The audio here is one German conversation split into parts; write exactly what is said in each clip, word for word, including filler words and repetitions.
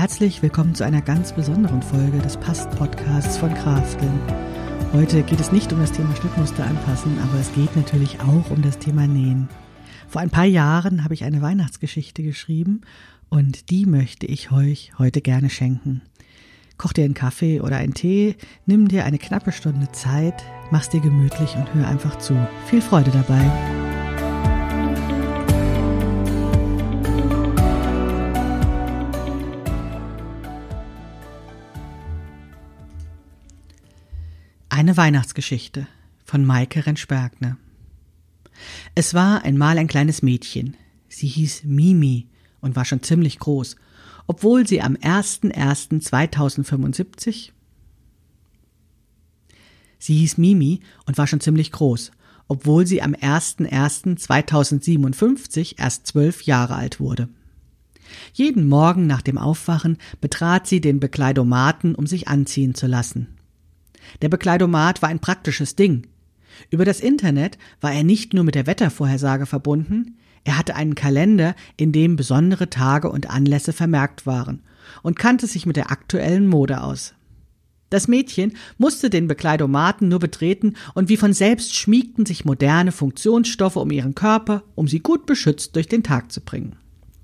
Herzlich willkommen zu einer ganz besonderen Folge des Past-Podcasts von Krafteln. Heute geht es nicht um das Thema Schnittmuster anpassen, aber es geht natürlich auch um das Thema Nähen. Vor ein paar Jahren habe ich eine Weihnachtsgeschichte geschrieben und die möchte ich euch heute gerne schenken. Koch dir einen Kaffee oder einen Tee, nimm dir eine knappe Stunde Zeit, mach's dir gemütlich und hör einfach zu. Viel Freude dabei. Eine Weihnachtsgeschichte von Maike Rentsch-Bergner. Es war einmal ein kleines Mädchen. Sie hieß Mimi und war schon ziemlich groß, obwohl sie am erster erster zweitausendfünfundsiebzig Sie hieß Mimi und war schon ziemlich groß, obwohl sie am erster erster zweitausendsiebenundfünfzig erst zwölf Jahre alt wurde. Jeden Morgen nach dem Aufwachen betrat sie den Bekleidomaten, um sich anziehen zu lassen. Der Bekleidomat war ein praktisches Ding. Über das Internet war er nicht nur mit der Wettervorhersage verbunden, er hatte einen Kalender, in dem besondere Tage und Anlässe vermerkt waren und kannte sich mit der aktuellen Mode aus. Das Mädchen musste den Bekleidomaten nur betreten und wie von selbst schmiegten sich moderne Funktionsstoffe um ihren Körper, um sie gut beschützt durch den Tag zu bringen.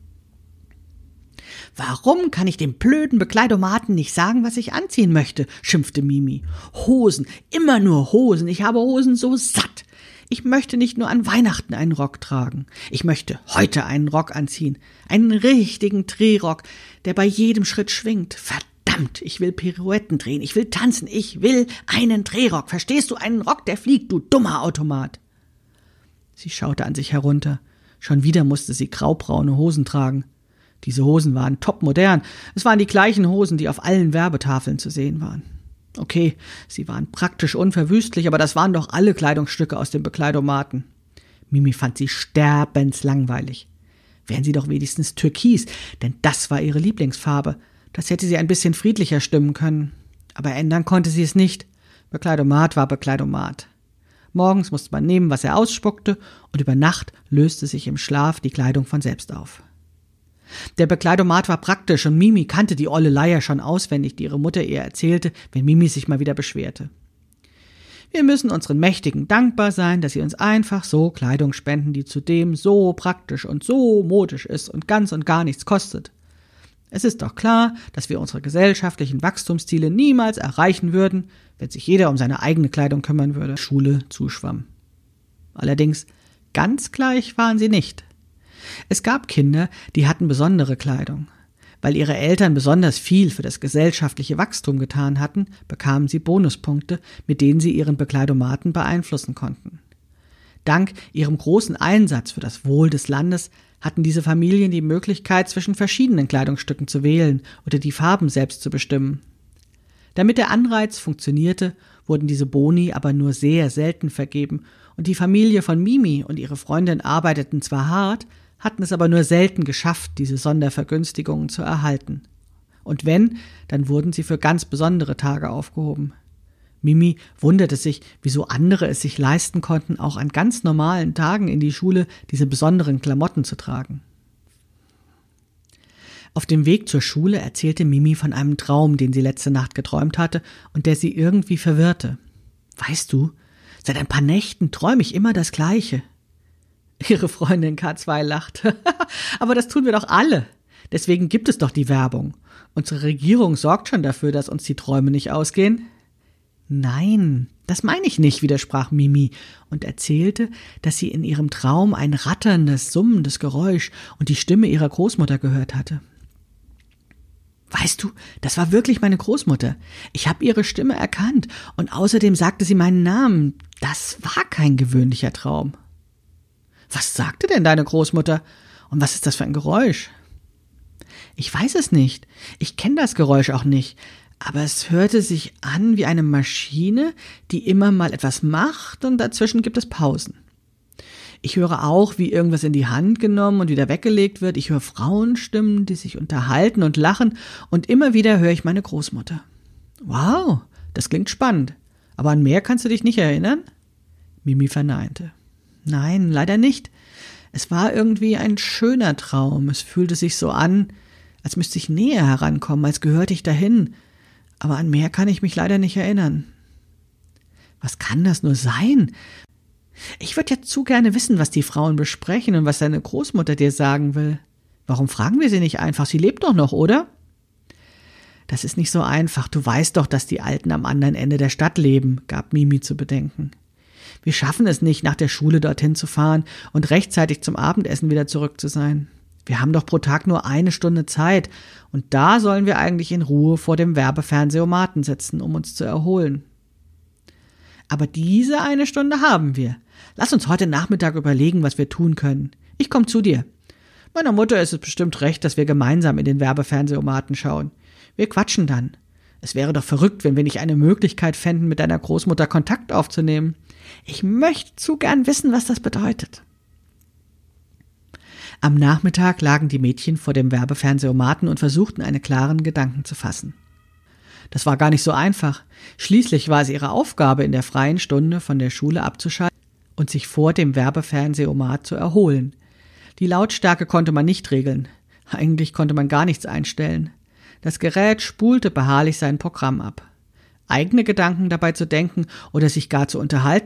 »Warum kann ich dem blöden Bekleidomaten nicht sagen, was ich anziehen möchte?« schimpfte Mimi. »Hosen, immer nur Hosen, ich habe Hosen so satt. Ich möchte nicht nur an Weihnachten einen Rock tragen. Ich möchte heute einen Rock anziehen, einen richtigen Drehrock, der bei jedem Schritt schwingt. Verdammt, ich will Pirouetten drehen, ich will tanzen, ich will einen Drehrock. Verstehst du, einen Rock, der fliegt, du dummer Automat?« Sie schaute an sich herunter. Schon wieder musste sie graubraune Hosen tragen. Diese Hosen waren topmodern. Es waren die gleichen Hosen, die auf allen Werbetafeln zu sehen waren. Okay, sie waren praktisch unverwüstlich, aber das waren doch alle Kleidungsstücke aus dem Bekleidomaten. Mimi fand sie sterbenslangweilig. Wären sie doch wenigstens türkis, denn das war ihre Lieblingsfarbe. Das hätte sie ein bisschen friedlicher stimmen können. Aber ändern konnte sie es nicht. Bekleidomat war Bekleidomat. Morgens musste man nehmen, was er ausspuckte, und über Nacht löste sich im Schlaf die Kleidung von selbst auf. Der Bekleidomat war praktisch und Mimi kannte die olle Leier schon auswendig, die ihre Mutter ihr erzählte, wenn Mimi sich mal wieder beschwerte. Wir müssen unseren Mächtigen dankbar sein, dass sie uns einfach so Kleidung spenden, die zudem so praktisch und so modisch ist und ganz und gar nichts kostet. Es ist doch klar, dass wir unsere gesellschaftlichen Wachstumsziele niemals erreichen würden, wenn sich jeder um seine eigene Kleidung kümmern würde. Schule zuschwamm. Allerdings, ganz gleich waren sie nicht. Es gab Kinder, die hatten besondere Kleidung. Weil ihre Eltern besonders viel für das gesellschaftliche Wachstum getan hatten, bekamen sie Bonuspunkte, mit denen sie ihren Bekleidomaten beeinflussen konnten. Dank ihrem großen Einsatz für das Wohl des Landes hatten diese Familien die Möglichkeit, zwischen verschiedenen Kleidungsstücken zu wählen oder die Farben selbst zu bestimmen. Damit der Anreiz funktionierte, wurden diese Boni aber nur sehr selten vergeben und die Familie von Mimi und ihre Freundin arbeiteten zwar hart, hatten es aber nur selten geschafft, diese Sondervergünstigungen zu erhalten. Und wenn, dann wurden sie für ganz besondere Tage aufgehoben. Mimi wunderte sich, wieso andere es sich leisten konnten, auch an ganz normalen Tagen in die Schule diese besonderen Klamotten zu tragen. Auf dem Weg zur Schule erzählte Mimi von einem Traum, den sie letzte Nacht geträumt hatte und der sie irgendwie verwirrte. »Weißt du, seit ein paar Nächten träume ich immer das Gleiche.« Ihre Freundin K zwei lacht. »Aber das tun wir doch alle. Deswegen gibt es doch die Werbung. Unsere Regierung sorgt schon dafür, dass uns die Träume nicht ausgehen.« »Nein, das meine ich nicht«, widersprach Mimi und erzählte, dass sie in ihrem Traum ein ratterndes, summendes Geräusch und die Stimme ihrer Großmutter gehört hatte. »Weißt du, das war wirklich meine Großmutter. Ich habe ihre Stimme erkannt und außerdem sagte sie meinen Namen. Das war kein gewöhnlicher Traum.« »Was sagte denn deine Großmutter? Und was ist das für ein Geräusch?« »Ich weiß es nicht. Ich kenne das Geräusch auch nicht. Aber es hörte sich an wie eine Maschine, die immer mal etwas macht und dazwischen gibt es Pausen. Ich höre auch, wie irgendwas in die Hand genommen und wieder weggelegt wird. Ich höre Frauenstimmen, die sich unterhalten und lachen und immer wieder höre ich meine Großmutter.« »Wow, das klingt spannend. Aber an mehr kannst du dich nicht erinnern?« Mimi verneinte. »Nein, leider nicht. Es war irgendwie ein schöner Traum. Es fühlte sich so an, als müsste ich näher herankommen, als gehörte ich dahin. Aber an mehr kann ich mich leider nicht erinnern. Was kann das nur sein? Ich würde ja zu gerne wissen, was die Frauen besprechen und was deine Großmutter dir sagen will. Warum fragen wir sie nicht einfach? Sie lebt doch noch, oder? Das ist nicht so einfach. Du weißt doch, dass die Alten am anderen Ende der Stadt leben, gab Mimi zu bedenken. Wir schaffen es nicht, nach der Schule dorthin zu fahren und rechtzeitig zum Abendessen wieder zurück zu sein. Wir haben doch pro Tag nur eine Stunde Zeit und da sollen wir eigentlich in Ruhe vor dem Werbefernsehautomaten sitzen, um uns zu erholen. Aber diese eine Stunde haben wir. Lass uns heute Nachmittag überlegen, was wir tun können. Ich komme zu dir. Meiner Mutter ist es bestimmt recht, dass wir gemeinsam in den Werbefernsehautomaten schauen. Wir quatschen dann. Es wäre doch verrückt, wenn wir nicht eine Möglichkeit fänden, mit deiner Großmutter Kontakt aufzunehmen. Ich möchte zu gern wissen, was das bedeutet. Am Nachmittag lagen die Mädchen vor dem Werbefernsehautomaten und versuchten, einen klaren Gedanken zu fassen. Das war gar nicht so einfach. Schließlich war es ihre Aufgabe, in der freien Stunde von der Schule abzuschalten und sich vor dem Werbefernsehautomat zu erholen. Die Lautstärke konnte man nicht regeln. Eigentlich konnte man gar nichts einstellen. Das Gerät spulte beharrlich sein Programm ab. Eigene Gedanken dabei zu denken oder sich gar zu unterhalten,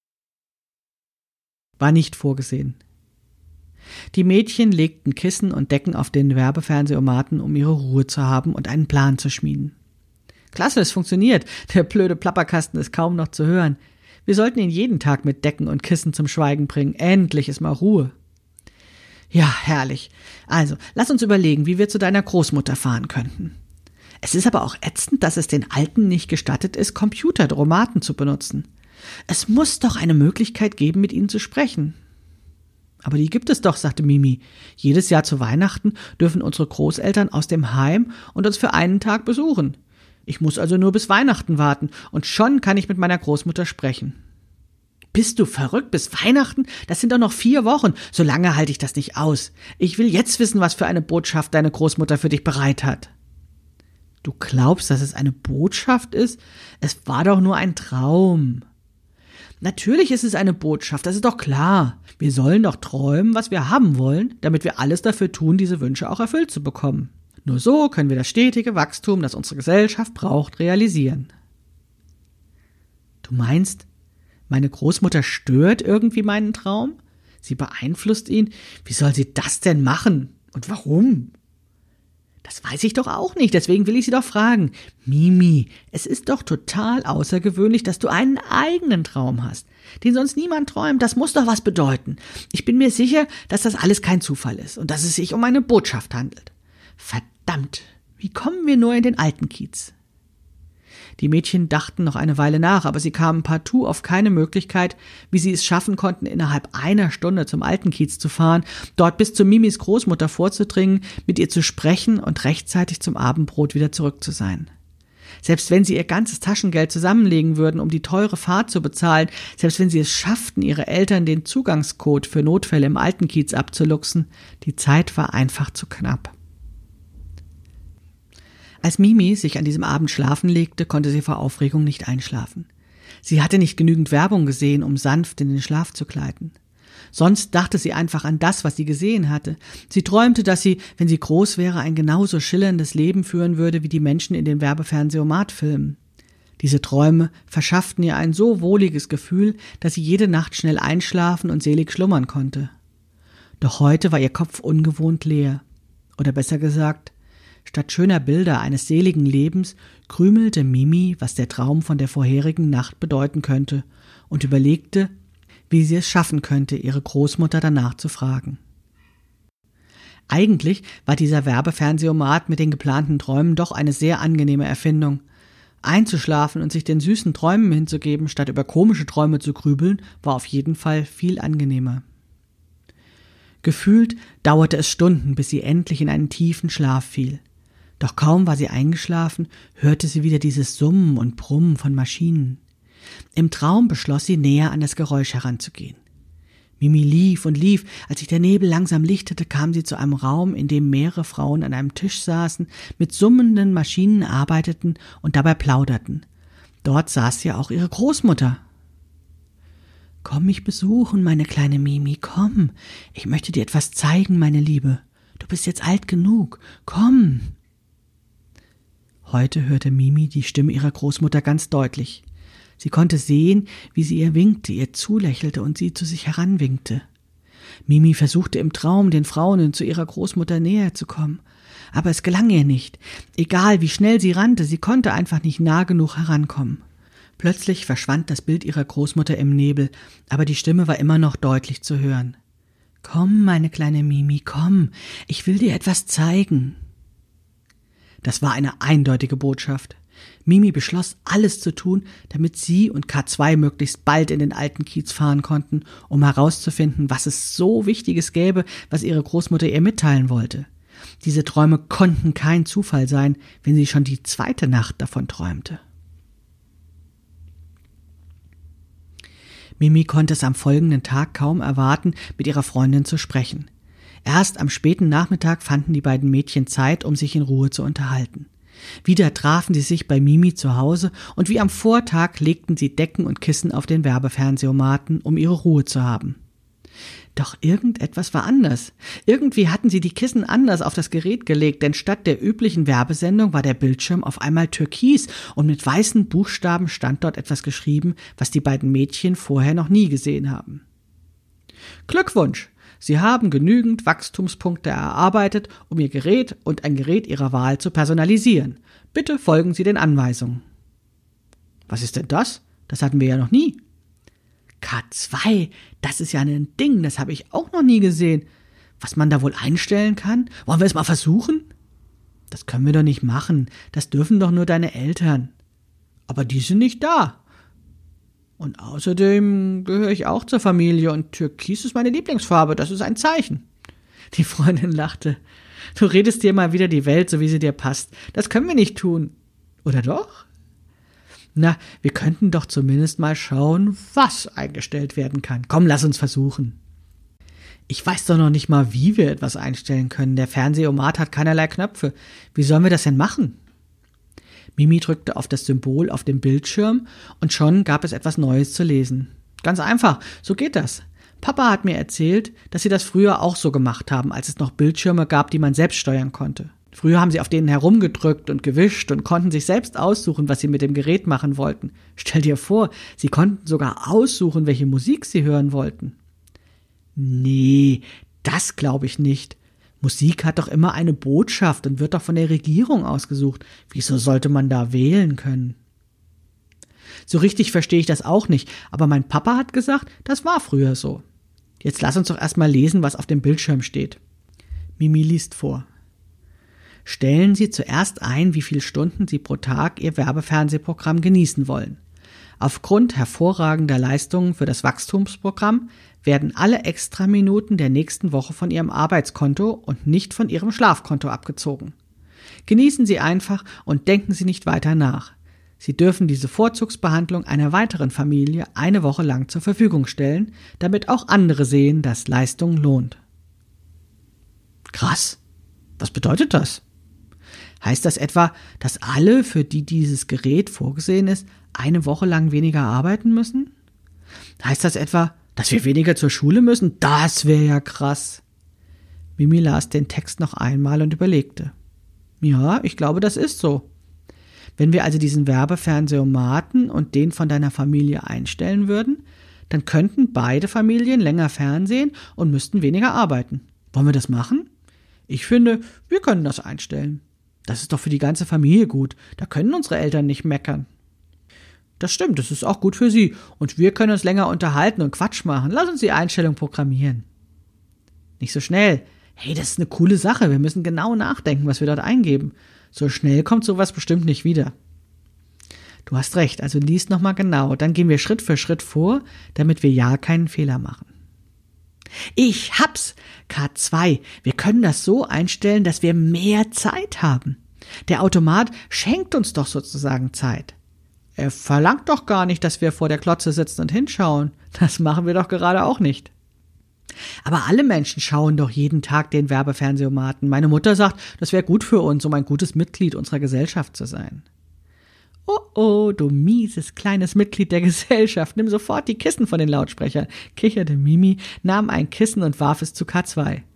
war nicht vorgesehen. Die Mädchen legten Kissen und Decken auf den Werbefernsehautomaten, um ihre Ruhe zu haben und einen Plan zu schmieden. Klasse, es funktioniert. Der blöde Plapperkasten ist kaum noch zu hören. Wir sollten ihn jeden Tag mit Decken und Kissen zum Schweigen bringen. Endlich ist mal Ruhe. Ja, herrlich. Also, lass uns überlegen, wie wir zu deiner Großmutter fahren könnten. Es ist aber auch ätzend, dass es den Alten nicht gestattet ist, Computerdromaten zu benutzen. Es muss doch eine Möglichkeit geben, mit ihnen zu sprechen. Aber die gibt es doch, sagte Mimi. Jedes Jahr zu Weihnachten dürfen unsere Großeltern aus dem Heim und uns für einen Tag besuchen. Ich muss also nur bis Weihnachten warten und schon kann ich mit meiner Großmutter sprechen. Bist du verrückt? Bis Weihnachten? Das sind doch noch vier Wochen. So lange halte ich das nicht aus. Ich will jetzt wissen, was für eine Botschaft deine Großmutter für dich bereit hat. Du glaubst, dass es eine Botschaft ist? Es war doch nur ein Traum. Natürlich ist es eine Botschaft, das ist doch klar. Wir sollen doch träumen, was wir haben wollen, damit wir alles dafür tun, diese Wünsche auch erfüllt zu bekommen. Nur so können wir das stetige Wachstum, das unsere Gesellschaft braucht, realisieren. Du meinst, meine Großmutter stört irgendwie meinen Traum? Sie beeinflusst ihn? Wie soll sie das denn machen? Und warum? Das weiß ich doch auch nicht, deswegen will ich sie doch fragen. Mimi, es ist doch total außergewöhnlich, dass du einen eigenen Traum hast, den sonst niemand träumt. Das muss doch was bedeuten. Ich bin mir sicher, dass das alles kein Zufall ist und dass es sich um eine Botschaft handelt. Verdammt, wie kommen wir nur in den alten Kiez? Die Mädchen dachten noch eine Weile nach, aber sie kamen partout auf keine Möglichkeit, wie sie es schaffen konnten, innerhalb einer Stunde zum alten Kiez zu fahren, dort bis zu Mimis Großmutter vorzudringen, mit ihr zu sprechen und rechtzeitig zum Abendbrot wieder zurück zu sein. Selbst wenn sie ihr ganzes Taschengeld zusammenlegen würden, um die teure Fahrt zu bezahlen, selbst wenn sie es schafften, ihre Eltern den Zugangscode für Notfälle im alten Kiez abzuluxen, die Zeit war einfach zu knapp. Als Mimi sich an diesem Abend schlafen legte, konnte sie vor Aufregung nicht einschlafen. Sie hatte nicht genügend Werbung gesehen, um sanft in den Schlaf zu gleiten. Sonst dachte sie einfach an das, was sie gesehen hatte. Sie träumte, dass sie, wenn sie groß wäre, ein genauso schillerndes Leben führen würde wie die Menschen in den Werbefernsehautomat-Filmen. Diese Träume verschafften ihr ein so wohliges Gefühl, dass sie jede Nacht schnell einschlafen und selig schlummern konnte. Doch heute war ihr Kopf ungewohnt leer. Oder besser gesagt, statt schöner Bilder eines seligen Lebens krümelte Mimi, was der Traum von der vorherigen Nacht bedeuten könnte, und überlegte, wie sie es schaffen könnte, ihre Großmutter danach zu fragen. Eigentlich war dieser Werbefernsehautomat mit den geplanten Träumen doch eine sehr angenehme Erfindung. Einzuschlafen und sich den süßen Träumen hinzugeben, statt über komische Träume zu grübeln, war auf jeden Fall viel angenehmer. Gefühlt dauerte es Stunden, bis sie endlich in einen tiefen Schlaf fiel. Doch kaum war sie eingeschlafen, hörte sie wieder dieses Summen und Brummen von Maschinen. Im Traum beschloss sie, näher an das Geräusch heranzugehen. Mimi lief und lief. Als sich der Nebel langsam lichtete, kam sie zu einem Raum, in dem mehrere Frauen an einem Tisch saßen, mit summenden Maschinen arbeiteten und dabei plauderten. Dort saß ja auch ihre Großmutter. »Komm mich besuchen, meine kleine Mimi, komm. Ich möchte dir etwas zeigen, meine Liebe. Du bist jetzt alt genug. Komm. Heute hörte Mimi die Stimme ihrer Großmutter ganz deutlich. Sie konnte sehen, wie sie ihr winkte, ihr zulächelte und sie zu sich heranwinkte. Mimi versuchte im Traum, den Frauen zu ihrer Großmutter näher zu kommen. Aber es gelang ihr nicht. Egal wie schnell sie rannte, sie konnte einfach nicht nah genug herankommen. Plötzlich verschwand das Bild ihrer Großmutter im Nebel, aber die Stimme war immer noch deutlich zu hören. »Komm, meine kleine Mimi, komm, ich will dir etwas zeigen.« Das war eine eindeutige Botschaft. Mimi beschloss, alles zu tun, damit sie und K zwei möglichst bald in den alten Kiez fahren konnten, um herauszufinden, was es so Wichtiges gäbe, was ihre Großmutter ihr mitteilen wollte. Diese Träume konnten kein Zufall sein, wenn sie schon die zweite Nacht davon träumte. Mimi konnte es am folgenden Tag kaum erwarten, mit ihrer Freundin zu sprechen. Erst am späten Nachmittag fanden die beiden Mädchen Zeit, um sich in Ruhe zu unterhalten. Wieder trafen sie sich bei Mimi zu Hause und wie am Vortag legten sie Decken und Kissen auf den Werbefernsehautomaten, um ihre Ruhe zu haben. Doch irgendetwas war anders. Irgendwie hatten sie die Kissen anders auf das Gerät gelegt, denn statt der üblichen Werbesendung war der Bildschirm auf einmal türkis und mit weißen Buchstaben stand dort etwas geschrieben, was die beiden Mädchen vorher noch nie gesehen haben. Glückwunsch! Sie haben genügend Wachstumspunkte erarbeitet, um Ihr Gerät und ein Gerät Ihrer Wahl zu personalisieren. Bitte folgen Sie den Anweisungen. Was ist denn das? Das hatten wir ja noch nie. K zwei, das ist ja ein Ding, das habe ich auch noch nie gesehen. Was man da wohl einstellen kann? Wollen wir es mal versuchen? Das können wir doch nicht machen, das dürfen doch nur deine Eltern. Aber die sind nicht da. Und außerdem gehöre ich auch zur Familie und Türkis ist meine Lieblingsfarbe, das ist ein Zeichen. Die Freundin lachte. Du redest dir mal wieder die Welt, so wie sie dir passt. Das können wir nicht tun. Oder doch? Na, wir könnten doch zumindest mal schauen, was eingestellt werden kann. Komm, lass uns versuchen. Ich weiß doch noch nicht mal, wie wir etwas einstellen können. Der Fernsehomat hat keinerlei Knöpfe. Wie sollen wir das denn machen? Mimi drückte auf das Symbol auf dem Bildschirm und schon gab es etwas Neues zu lesen. Ganz einfach, so geht das. Papa hat mir erzählt, dass sie das früher auch so gemacht haben, als es noch Bildschirme gab, die man selbst steuern konnte. Früher haben sie auf denen herumgedrückt und gewischt und konnten sich selbst aussuchen, was sie mit dem Gerät machen wollten. Stell dir vor, sie konnten sogar aussuchen, welche Musik sie hören wollten. Nee, das glaube ich nicht. Musik hat doch immer eine Botschaft und wird doch von der Regierung ausgesucht. Wieso sollte man da wählen können? So richtig verstehe ich das auch nicht, aber mein Papa hat gesagt, das war früher so. Jetzt lass uns doch erstmal lesen, was auf dem Bildschirm steht. Mimi liest vor. Stellen Sie zuerst ein, wie viele Stunden Sie pro Tag Ihr Werbefernsehprogramm genießen wollen. Aufgrund hervorragender Leistungen für das Wachstumsprogramm werden alle Extraminuten der nächsten Woche von Ihrem Arbeitskonto und nicht von Ihrem Schlafkonto abgezogen. Genießen Sie einfach und denken Sie nicht weiter nach. Sie dürfen diese Vorzugsbehandlung einer weiteren Familie eine Woche lang zur Verfügung stellen, damit auch andere sehen, dass Leistung lohnt. Krass. Was bedeutet das? Heißt das etwa, dass alle, für die dieses Gerät vorgesehen ist, eine Woche lang weniger arbeiten müssen? Heißt das etwa, dass wir weniger zur Schule müssen? Das wäre ja krass. Mimi las den Text noch einmal und überlegte. Ja, ich glaube, das ist so. Wenn wir also diesen Werbefernsehautomaten und den von deiner Familie einstellen würden, dann könnten beide Familien länger fernsehen und müssten weniger arbeiten. Wollen wir das machen? Ich finde, wir können das einstellen. Das ist doch für die ganze Familie gut. Da können unsere Eltern nicht meckern. Das stimmt, das ist auch gut für sie. Und wir können uns länger unterhalten und Quatsch machen. Lass uns die Einstellung programmieren. Nicht so schnell. Hey, das ist eine coole Sache. Wir müssen genau nachdenken, was wir dort eingeben. So schnell kommt sowas bestimmt nicht wieder. Du hast recht, also lies nochmal genau. Dann gehen wir Schritt für Schritt vor, damit wir ja keinen Fehler machen. Ich hab's! K zwei. Wir können das so einstellen, dass wir mehr Zeit haben. Der Automat schenkt uns doch sozusagen Zeit. Er verlangt doch gar nicht, dass wir vor der Klotze sitzen und hinschauen. Das machen wir doch gerade auch nicht. Aber alle Menschen schauen doch jeden Tag den Werbefernsehautomaten. Meine Mutter sagt, das wäre gut für uns, um ein gutes Mitglied unserer Gesellschaft zu sein. Oh, oh, du mieses kleines Mitglied der Gesellschaft, nimm sofort die Kissen von den Lautsprechern, kicherte Mimi, nahm ein Kissen und warf es zu K zwei.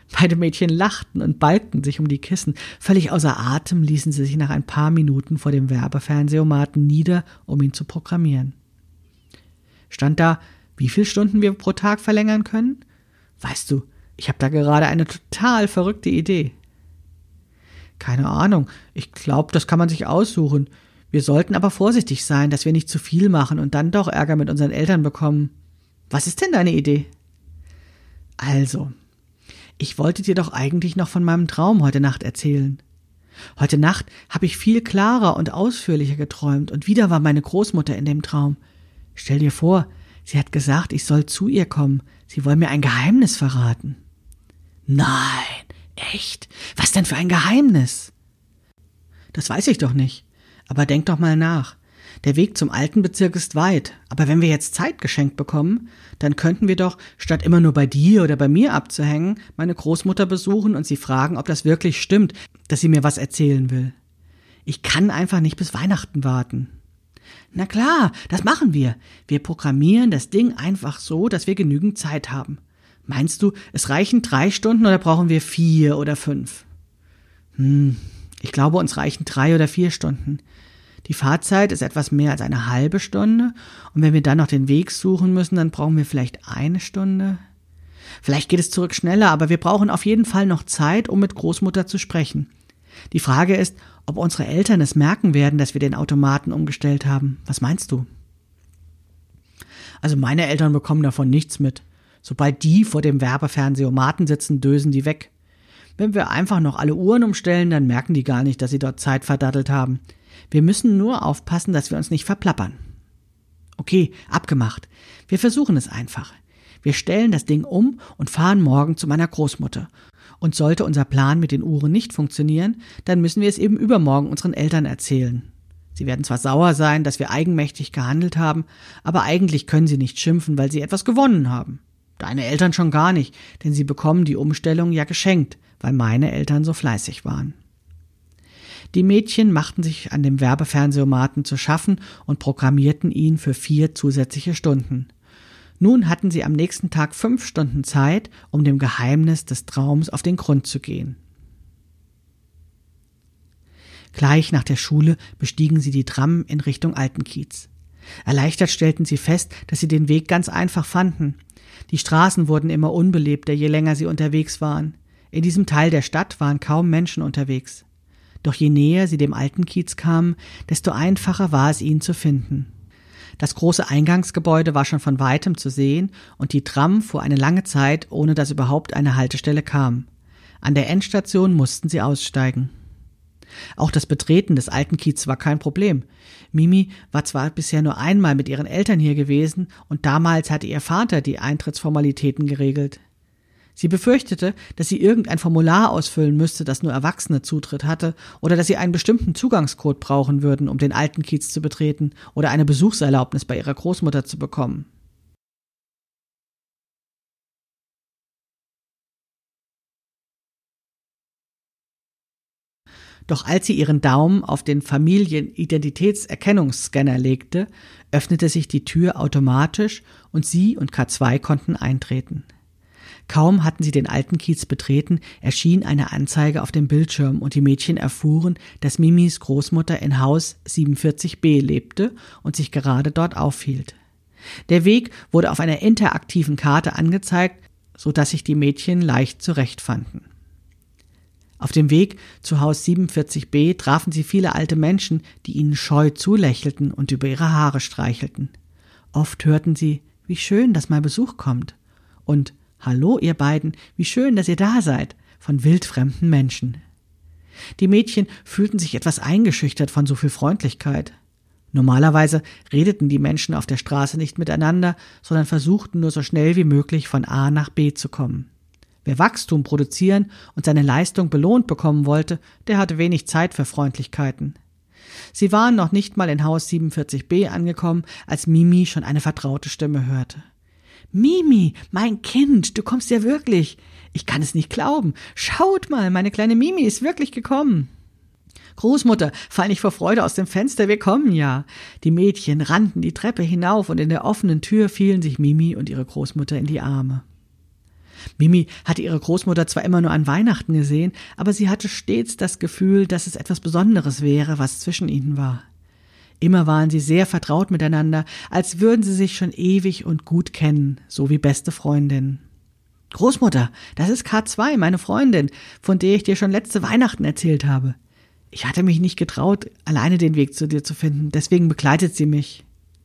Beide Mädchen lachten und balgten sich um die Kissen. Völlig außer Atem ließen sie sich nach ein paar Minuten vor dem Werbefernsehautomaten nieder, um ihn zu programmieren. Stand da, wie viele Stunden wir pro Tag verlängern können? Weißt du, ich habe da gerade eine total verrückte Idee. Keine Ahnung, ich glaube, das kann man sich aussuchen. Wir sollten aber vorsichtig sein, dass wir nicht zu viel machen und dann doch Ärger mit unseren Eltern bekommen. Was ist denn deine Idee? Also, ich wollte dir doch eigentlich noch von meinem Traum heute Nacht erzählen. Heute Nacht habe ich viel klarer und ausführlicher geträumt und wieder war meine Großmutter in dem Traum. Stell dir vor, sie hat gesagt, ich soll zu ihr kommen. Sie wollen mir ein Geheimnis verraten. Nein, echt? Was denn für ein Geheimnis? Das weiß ich doch nicht. Aber denk doch mal nach. Der Weg zum alten Bezirk ist weit, aber wenn wir jetzt Zeit geschenkt bekommen, dann könnten wir doch, statt immer nur bei dir oder bei mir abzuhängen, meine Großmutter besuchen und sie fragen, ob das wirklich stimmt, dass sie mir was erzählen will. Ich kann einfach nicht bis Weihnachten warten. Na klar, das machen wir. Wir programmieren das Ding einfach so, dass wir genügend Zeit haben. Meinst du, es reichen drei Stunden oder brauchen wir vier oder fünf? Hm, ich glaube, uns reichen drei oder vier Stunden. Die Fahrzeit ist etwas mehr als eine halbe Stunde und wenn wir dann noch den Weg suchen müssen, dann brauchen wir vielleicht eine Stunde. Vielleicht geht es zurück schneller, aber wir brauchen auf jeden Fall noch Zeit, um mit Großmutter zu sprechen. Die Frage ist, ob unsere Eltern es merken werden, dass wir den Automaten umgestellt haben. Was meinst du? Also meine Eltern bekommen davon nichts mit. Sobald die vor dem Werbefernsehautomaten sitzen, dösen die weg. Wenn wir einfach noch alle Uhren umstellen, dann merken die gar nicht, dass sie dort Zeit verdattelt haben. Wir müssen nur aufpassen, dass wir uns nicht verplappern. Okay, abgemacht. Wir versuchen es einfach. Wir stellen das Ding um und fahren morgen zu meiner Großmutter. Und sollte unser Plan mit den Uhren nicht funktionieren, dann müssen wir es eben übermorgen unseren Eltern erzählen. Sie werden zwar sauer sein, dass wir eigenmächtig gehandelt haben, aber eigentlich können sie nicht schimpfen, weil sie etwas gewonnen haben. Deine Eltern schon gar nicht, denn sie bekommen die Umstellung ja geschenkt, weil meine Eltern so fleißig waren. Die Mädchen machten sich an dem Werbefernsehautomaten zu schaffen und programmierten ihn für vier zusätzliche Stunden. Nun hatten sie am nächsten Tag fünf Stunden Zeit, um dem Geheimnis des Traums auf den Grund zu gehen. Gleich nach der Schule bestiegen sie die Tram in Richtung Altenkiez. Erleichtert stellten sie fest, dass sie den Weg ganz einfach fanden. Die Straßen wurden immer unbelebter, je länger sie unterwegs waren. In diesem Teil der Stadt waren kaum Menschen unterwegs. Doch je näher sie dem Altenkiez kamen, desto einfacher war es, ihn zu finden. Das große Eingangsgebäude war schon von weitem zu sehen und die Tram fuhr eine lange Zeit, ohne dass überhaupt eine Haltestelle kam. An der Endstation mussten sie aussteigen. Auch das Betreten des Altenkiez war kein Problem. Mimi war zwar bisher nur einmal mit ihren Eltern hier gewesen und damals hatte ihr Vater die Eintrittsformalitäten geregelt. Sie befürchtete, dass sie irgendein Formular ausfüllen müsste, das nur Erwachsene Zutritt hatte, oder dass sie einen bestimmten Zugangscode brauchen würden, um den Altenkiez zu betreten oder eine Besuchserlaubnis bei ihrer Großmutter zu bekommen. Doch als sie ihren Daumen auf den Familienidentitätserkennungsscanner legte, öffnete sich die Tür automatisch und sie und K zwei konnten eintreten. Kaum hatten sie den Altenkiez betreten, erschien eine Anzeige auf dem Bildschirm und die Mädchen erfuhren, dass Mimis Großmutter in Haus siebenundvierzig b lebte und sich gerade dort aufhielt. Der Weg wurde auf einer interaktiven Karte angezeigt, so dass sich die Mädchen leicht zurechtfanden. Auf dem Weg zu Haus siebenundvierzig b trafen sie viele alte Menschen, die ihnen scheu zulächelten und über ihre Haare streichelten. Oft hörten sie, wie schön, dass mal Besuch kommt und »Hallo, ihr beiden, wie schön, dass ihr da seid«, von wildfremden Menschen. Die Mädchen fühlten sich etwas eingeschüchtert von so viel Freundlichkeit. Normalerweise redeten die Menschen auf der Straße nicht miteinander, sondern versuchten nur so schnell wie möglich von A nach B zu kommen. Wer Wachstum produzieren und seine Leistung belohnt bekommen wollte, der hatte wenig Zeit für Freundlichkeiten. Sie waren noch nicht mal in Haus siebenundvierzig b angekommen, als Mimi schon eine vertraute Stimme hörte. »Mimi, mein Kind, du kommst ja wirklich. Ich kann es nicht glauben. Schaut mal, meine kleine Mimi ist wirklich gekommen.« »Großmutter, fall nicht vor Freude aus dem Fenster, wir kommen ja.« Die Mädchen rannten die Treppe hinauf und in der offenen Tür fielen sich Mimi und ihre Großmutter in die Arme. Mimi hatte ihre Großmutter zwar immer nur an Weihnachten gesehen, aber sie hatte stets das Gefühl, dass es etwas Besonderes wäre, was zwischen ihnen war. Immer waren sie sehr vertraut miteinander, als würden sie sich schon ewig und gut kennen, so wie beste Freundinnen. »Großmutter, das ist K zwei, meine Freundin, von der ich dir schon letzte Weihnachten erzählt habe. Ich hatte mich nicht getraut, alleine den Weg zu dir zu finden, deswegen begleitet sie mich.«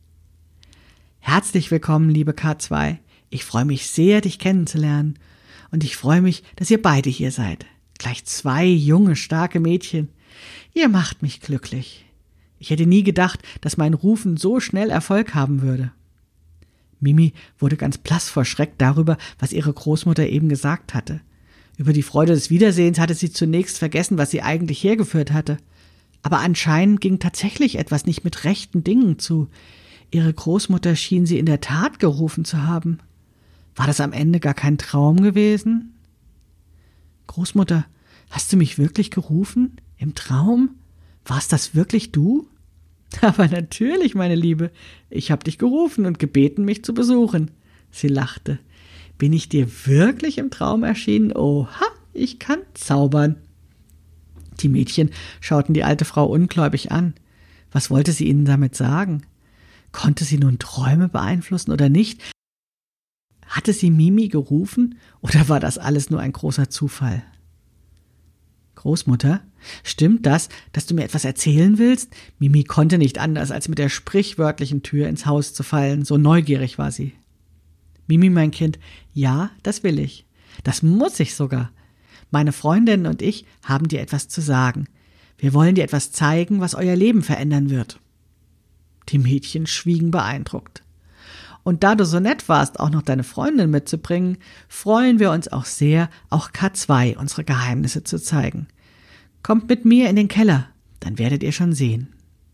»Herzlich willkommen, liebe K zwei. Ich freue mich sehr, dich kennenzulernen. Und ich freue mich, dass ihr beide hier seid. Gleich zwei junge, starke Mädchen. Ihr macht mich glücklich. Ich hätte nie gedacht, dass mein Rufen so schnell Erfolg haben würde.« Mimi wurde ganz blass vor Schreck darüber, was ihre Großmutter eben gesagt hatte. Über die Freude des Wiedersehens hatte sie zunächst vergessen, was sie eigentlich hergeführt hatte. Aber anscheinend ging tatsächlich etwas nicht mit rechten Dingen zu. Ihre Großmutter schien sie in der Tat gerufen zu haben. War das am Ende gar kein Traum gewesen? »Großmutter, hast du mich wirklich gerufen? Im Traum? War's das wirklich du?« »Aber natürlich, meine Liebe. Ich habe dich gerufen und gebeten, mich zu besuchen.« Sie lachte. »Bin ich dir wirklich im Traum erschienen? Oha, ich kann zaubern.« Die Mädchen schauten die alte Frau ungläubig an. Was wollte sie ihnen damit sagen? Konnte sie nun Träume beeinflussen oder nicht? Hatte sie Mimi gerufen oder war das alles nur ein großer Zufall? »Großmutter, stimmt das, dass du mir etwas erzählen willst?« Mimi konnte nicht anders, als mit der sprichwörtlichen Tür ins Haus zu fallen, so neugierig war sie. »Mimi, mein Kind, ja, das will ich. Das muss ich sogar. Meine Freundinnen und ich haben dir etwas zu sagen. Wir wollen dir etwas zeigen, was euer Leben verändern wird.« Die Mädchen schwiegen beeindruckt. »Und da du so nett warst, auch noch deine Freundin mitzubringen, freuen wir uns auch sehr, auch K zwei unsere Geheimnisse zu zeigen. Kommt mit mir in den Keller, dann werdet ihr schon sehen.«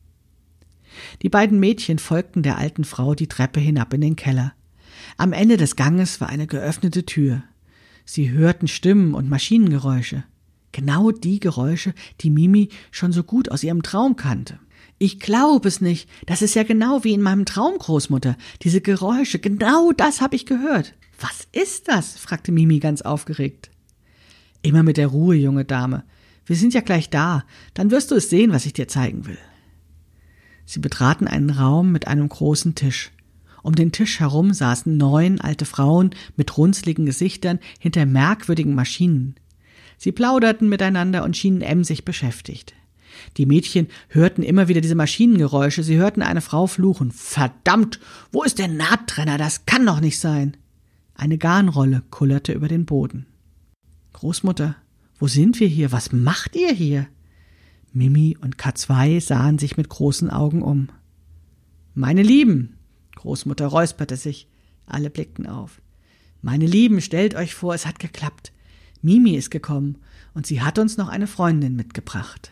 Die beiden Mädchen folgten der alten Frau die Treppe hinab in den Keller. Am Ende des Ganges war eine geöffnete Tür. Sie hörten Stimmen und Maschinengeräusche. Genau die Geräusche, die Mimi schon so gut aus ihrem Traum kannte. »Ich glaube es nicht. Das ist ja genau wie in meinem Traum, Großmutter. Diese Geräusche, genau das habe ich gehört.« »Was ist das?« fragte Mimi ganz aufgeregt. »Immer mit der Ruhe, junge Dame. Wir sind ja gleich da. Dann wirst du es sehen, was ich dir zeigen will.« Sie betraten einen Raum mit einem großen Tisch. Um den Tisch herum saßen neun alte Frauen mit runzligen Gesichtern hinter merkwürdigen Maschinen. Sie plauderten miteinander und schienen emsig beschäftigt. Die Mädchen hörten immer wieder diese Maschinengeräusche. Sie hörten eine Frau fluchen. »Verdammt, wo ist der Nahttrenner? Das kann doch nicht sein!« Eine Garnrolle kullerte über den Boden. »Großmutter, wo sind wir hier? Was macht ihr hier?« Mimi und K zwei sahen sich mit großen Augen um. »Meine Lieben«, Großmutter räusperte sich. Alle blickten auf. »Meine Lieben, stellt euch vor, es hat geklappt. Mimi ist gekommen und sie hat uns noch eine Freundin mitgebracht.«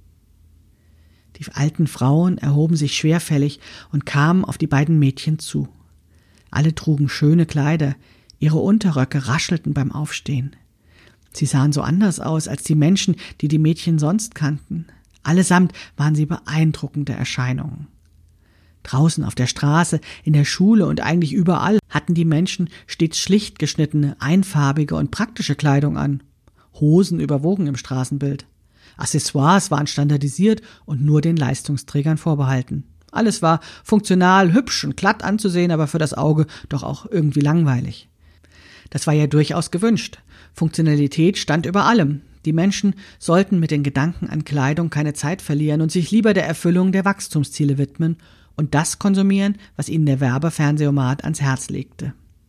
Die alten Frauen erhoben sich schwerfällig und kamen auf die beiden Mädchen zu. Alle trugen schöne Kleider, ihre Unterröcke raschelten beim Aufstehen. Sie sahen so anders aus als die Menschen, die die Mädchen sonst kannten. Allesamt waren sie beeindruckende Erscheinungen. Draußen auf der Straße, in der Schule und eigentlich überall hatten die Menschen stets schlicht geschnittene, einfarbige und praktische Kleidung an. Hosen überwogen im Straßenbild. Accessoires waren standardisiert und nur den Leistungsträgern vorbehalten. Alles war funktional, hübsch und glatt anzusehen, aber für das Auge doch auch irgendwie langweilig. Das war ja durchaus gewünscht. Funktionalität stand über allem. Die Menschen sollten mit den Gedanken an Kleidung keine Zeit verlieren und sich lieber der Erfüllung der Wachstumsziele widmen und das konsumieren, was ihnen der Werbefernsehautomat ans Herz legte.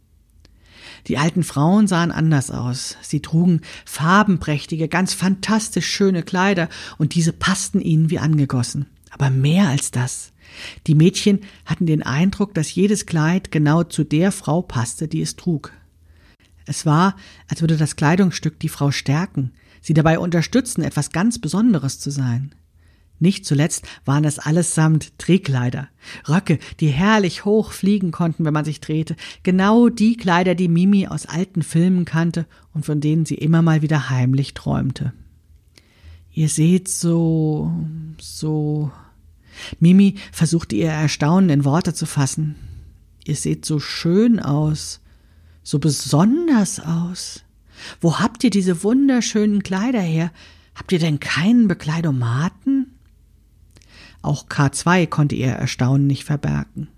Die alten Frauen sahen anders aus. Sie trugen farbenprächtige, ganz fantastisch schöne Kleider und diese passten ihnen wie angegossen. Aber mehr als das. Die Mädchen hatten den Eindruck, dass jedes Kleid genau zu der Frau passte, die es trug. Es war, als würde das Kleidungsstück die Frau stärken, sie dabei unterstützen, etwas ganz Besonderes zu sein. Nicht zuletzt waren es allesamt Drehkleider, Röcke, die herrlich hoch fliegen konnten, wenn man sich drehte, genau die Kleider, die Mimi aus alten Filmen kannte und von denen sie immer mal wieder heimlich träumte. »Ihr seht so, so...« Mimi versuchte ihr Erstaunen in Worte zu fassen. »Ihr seht so schön aus, so besonders aus. Wo habt ihr diese wunderschönen Kleider her? Habt ihr denn keinen Bekleidomaten?« Auch K zwei konnte ihr Erstaunen nicht verbergen.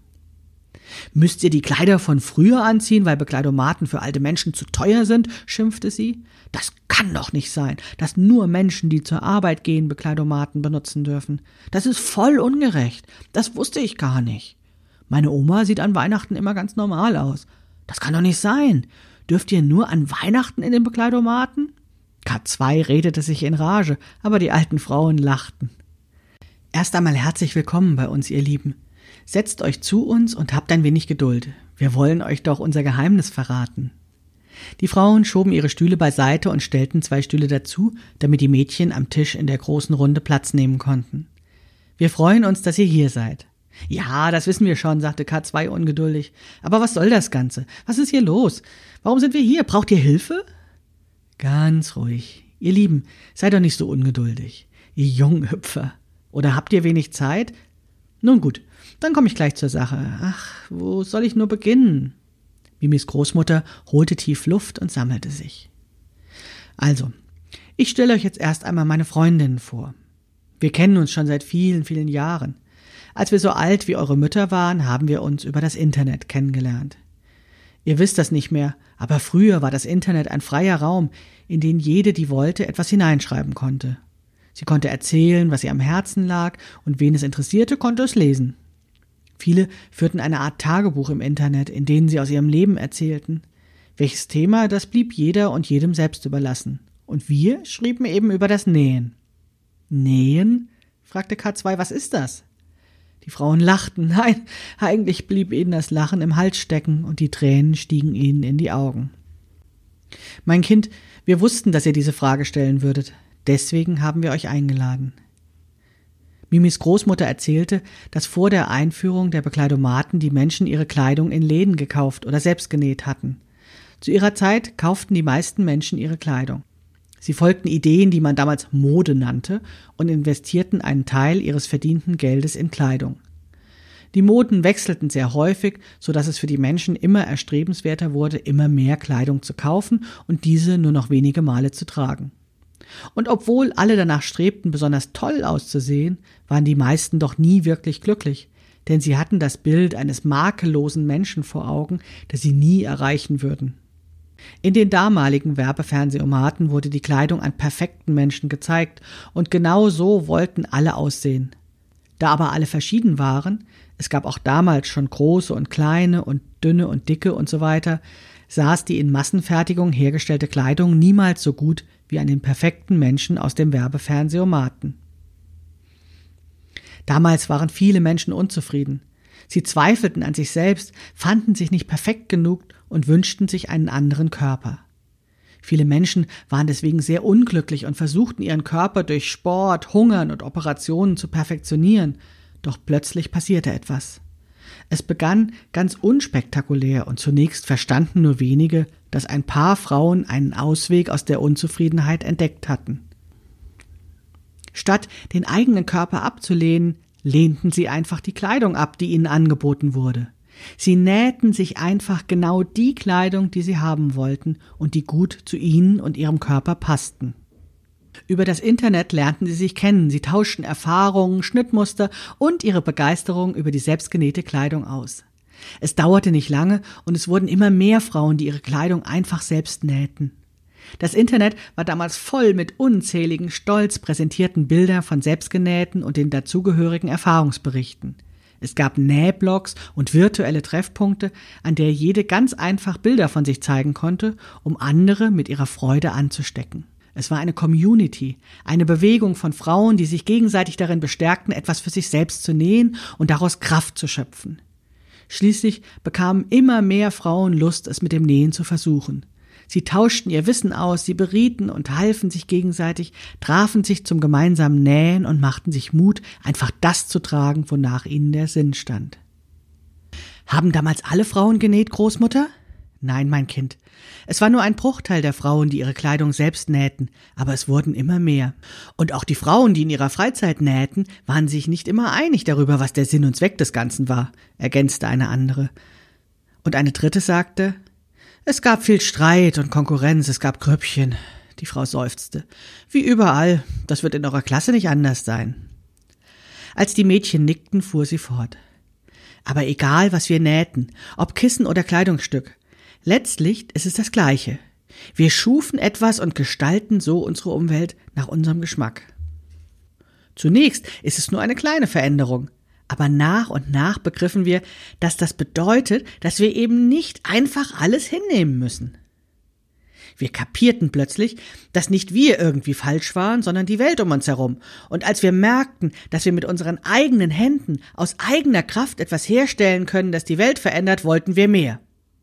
»Müsst ihr die Kleider von früher anziehen, weil Bekleidomaten für alte Menschen zu teuer sind?« schimpfte sie. »Das kann doch nicht sein, dass nur Menschen, die zur Arbeit gehen, Bekleidomaten benutzen dürfen. Das ist voll ungerecht. Das wusste ich gar nicht. Meine Oma sieht an Weihnachten immer ganz normal aus. Das kann doch nicht sein. Dürft ihr nur an Weihnachten in den Bekleidomaten?« K zwei redete sich in Rage, aber die alten Frauen lachten. »Erst einmal herzlich willkommen bei uns, ihr Lieben. Setzt euch zu uns und habt ein wenig Geduld. Wir wollen euch doch unser Geheimnis verraten.« Die Frauen schoben ihre Stühle beiseite und stellten zwei Stühle dazu, damit die Mädchen am Tisch in der großen Runde Platz nehmen konnten. »Wir freuen uns, dass ihr hier seid.« »Ja, das wissen wir schon«, sagte K zwei ungeduldig. »Aber was soll das Ganze? Was ist hier los? Warum sind wir hier? Braucht ihr Hilfe?« »Ganz ruhig. Ihr Lieben, seid doch nicht so ungeduldig. Ihr Junghüpfer. Oder habt ihr wenig Zeit? Nun gut, dann komme ich gleich zur Sache. Ach, wo soll ich nur beginnen?« Mimis Großmutter holte tief Luft und sammelte sich. »Also, ich stelle euch jetzt erst einmal meine Freundinnen vor. Wir kennen uns schon seit vielen, vielen Jahren. Als wir so alt wie eure Mütter waren, haben wir uns über das Internet kennengelernt. Ihr wisst das nicht mehr, aber früher war das Internet ein freier Raum, in den jede, die wollte, etwas hineinschreiben konnte. Sie konnte erzählen, was ihr am Herzen lag, und wen es interessierte, konnte es lesen. Viele führten eine Art Tagebuch im Internet, in denen sie aus ihrem Leben erzählten. Welches Thema, das blieb jeder und jedem selbst überlassen. Und wir schrieben eben über das Nähen.« »Nähen?« fragte K zwei, »was ist das?« Die Frauen lachten. Nein, eigentlich blieb ihnen das Lachen im Hals stecken und die Tränen stiegen ihnen in die Augen. »Mein Kind, wir wussten, dass ihr diese Frage stellen würdet. Deswegen haben wir euch eingeladen.« Mimis Großmutter erzählte, dass vor der Einführung der Bekleidomaten die Menschen ihre Kleidung in Läden gekauft oder selbst genäht hatten. Zu ihrer Zeit kauften die meisten Menschen ihre Kleidung. Sie folgten Ideen, die man damals Mode nannte, und investierten einen Teil ihres verdienten Geldes in Kleidung. Die Moden wechselten sehr häufig, so dass es für die Menschen immer erstrebenswerter wurde, immer mehr Kleidung zu kaufen und diese nur noch wenige Male zu tragen. Und obwohl alle danach strebten, besonders toll auszusehen, waren die meisten doch nie wirklich glücklich, denn sie hatten das Bild eines makellosen Menschen vor Augen, das sie nie erreichen würden. In den damaligen Werbefernsehautomaten wurde die Kleidung an perfekten Menschen gezeigt, und genau so wollten alle aussehen. Da aber alle verschieden waren, es gab auch damals schon große und kleine und dünne und dicke und so weiter, saß die in Massenfertigung hergestellte Kleidung niemals so gut wie an den perfekten Menschen aus dem Werbefernsehautomaten. Damals waren viele Menschen unzufrieden. Sie zweifelten an sich selbst, fanden sich nicht perfekt genug und wünschten sich einen anderen Körper. Viele Menschen waren deswegen sehr unglücklich und versuchten ihren Körper durch Sport, Hungern und Operationen zu perfektionieren, doch plötzlich passierte etwas. Es begann ganz unspektakulär und zunächst verstanden nur wenige, dass ein paar Frauen einen Ausweg aus der Unzufriedenheit entdeckt hatten. Statt den eigenen Körper abzulehnen, lehnten sie einfach die Kleidung ab, die ihnen angeboten wurde. Sie nähten sich einfach genau die Kleidung, die sie haben wollten und die gut zu ihnen und ihrem Körper passten. Über das Internet lernten sie sich kennen, sie tauschten Erfahrungen, Schnittmuster und ihre Begeisterung über die selbstgenähte Kleidung aus. Es dauerte nicht lange und es wurden immer mehr Frauen, die ihre Kleidung einfach selbst nähten. Das Internet war damals voll mit unzähligen, stolz präsentierten Bildern von selbstgenähten und den dazugehörigen Erfahrungsberichten. Es gab Nähblogs und virtuelle Treffpunkte, an der jede ganz einfach Bilder von sich zeigen konnte, um andere mit ihrer Freude anzustecken. Es war eine Community, eine Bewegung von Frauen, die sich gegenseitig darin bestärkten, etwas für sich selbst zu nähen und daraus Kraft zu schöpfen. Schließlich bekamen immer mehr Frauen Lust, es mit dem Nähen zu versuchen. Sie tauschten ihr Wissen aus, sie berieten und halfen sich gegenseitig, trafen sich zum gemeinsamen Nähen und machten sich Mut, einfach das zu tragen, wonach ihnen der Sinn stand. Haben damals alle Frauen genäht, Großmutter? Nein, mein Kind. Es war nur ein Bruchteil der Frauen, die ihre Kleidung selbst nähten, aber es wurden immer mehr. Und auch die Frauen, die in ihrer Freizeit nähten, waren sich nicht immer einig darüber, was der Sinn und Zweck des Ganzen war, ergänzte eine andere. Und eine dritte sagte: Es gab viel Streit und Konkurrenz, es gab Grüppchen. Die Frau seufzte. Wie überall, das wird in eurer Klasse nicht anders sein. Als die Mädchen nickten, fuhr sie fort. Aber egal, was wir nähten, ob Kissen oder Kleidungsstück, letztlich ist es das Gleiche. Wir schufen etwas und gestalten so unsere Umwelt nach unserem Geschmack. Zunächst ist es nur eine kleine Veränderung, aber nach und nach begriffen wir, dass das bedeutet, dass wir eben nicht einfach alles hinnehmen müssen. Wir kapierten plötzlich, dass nicht wir irgendwie falsch waren, sondern die Welt um uns herum. Und als wir merkten, dass wir mit unseren eigenen Händen aus eigener Kraft etwas herstellen können, das die Welt verändert, wollten wir mehr.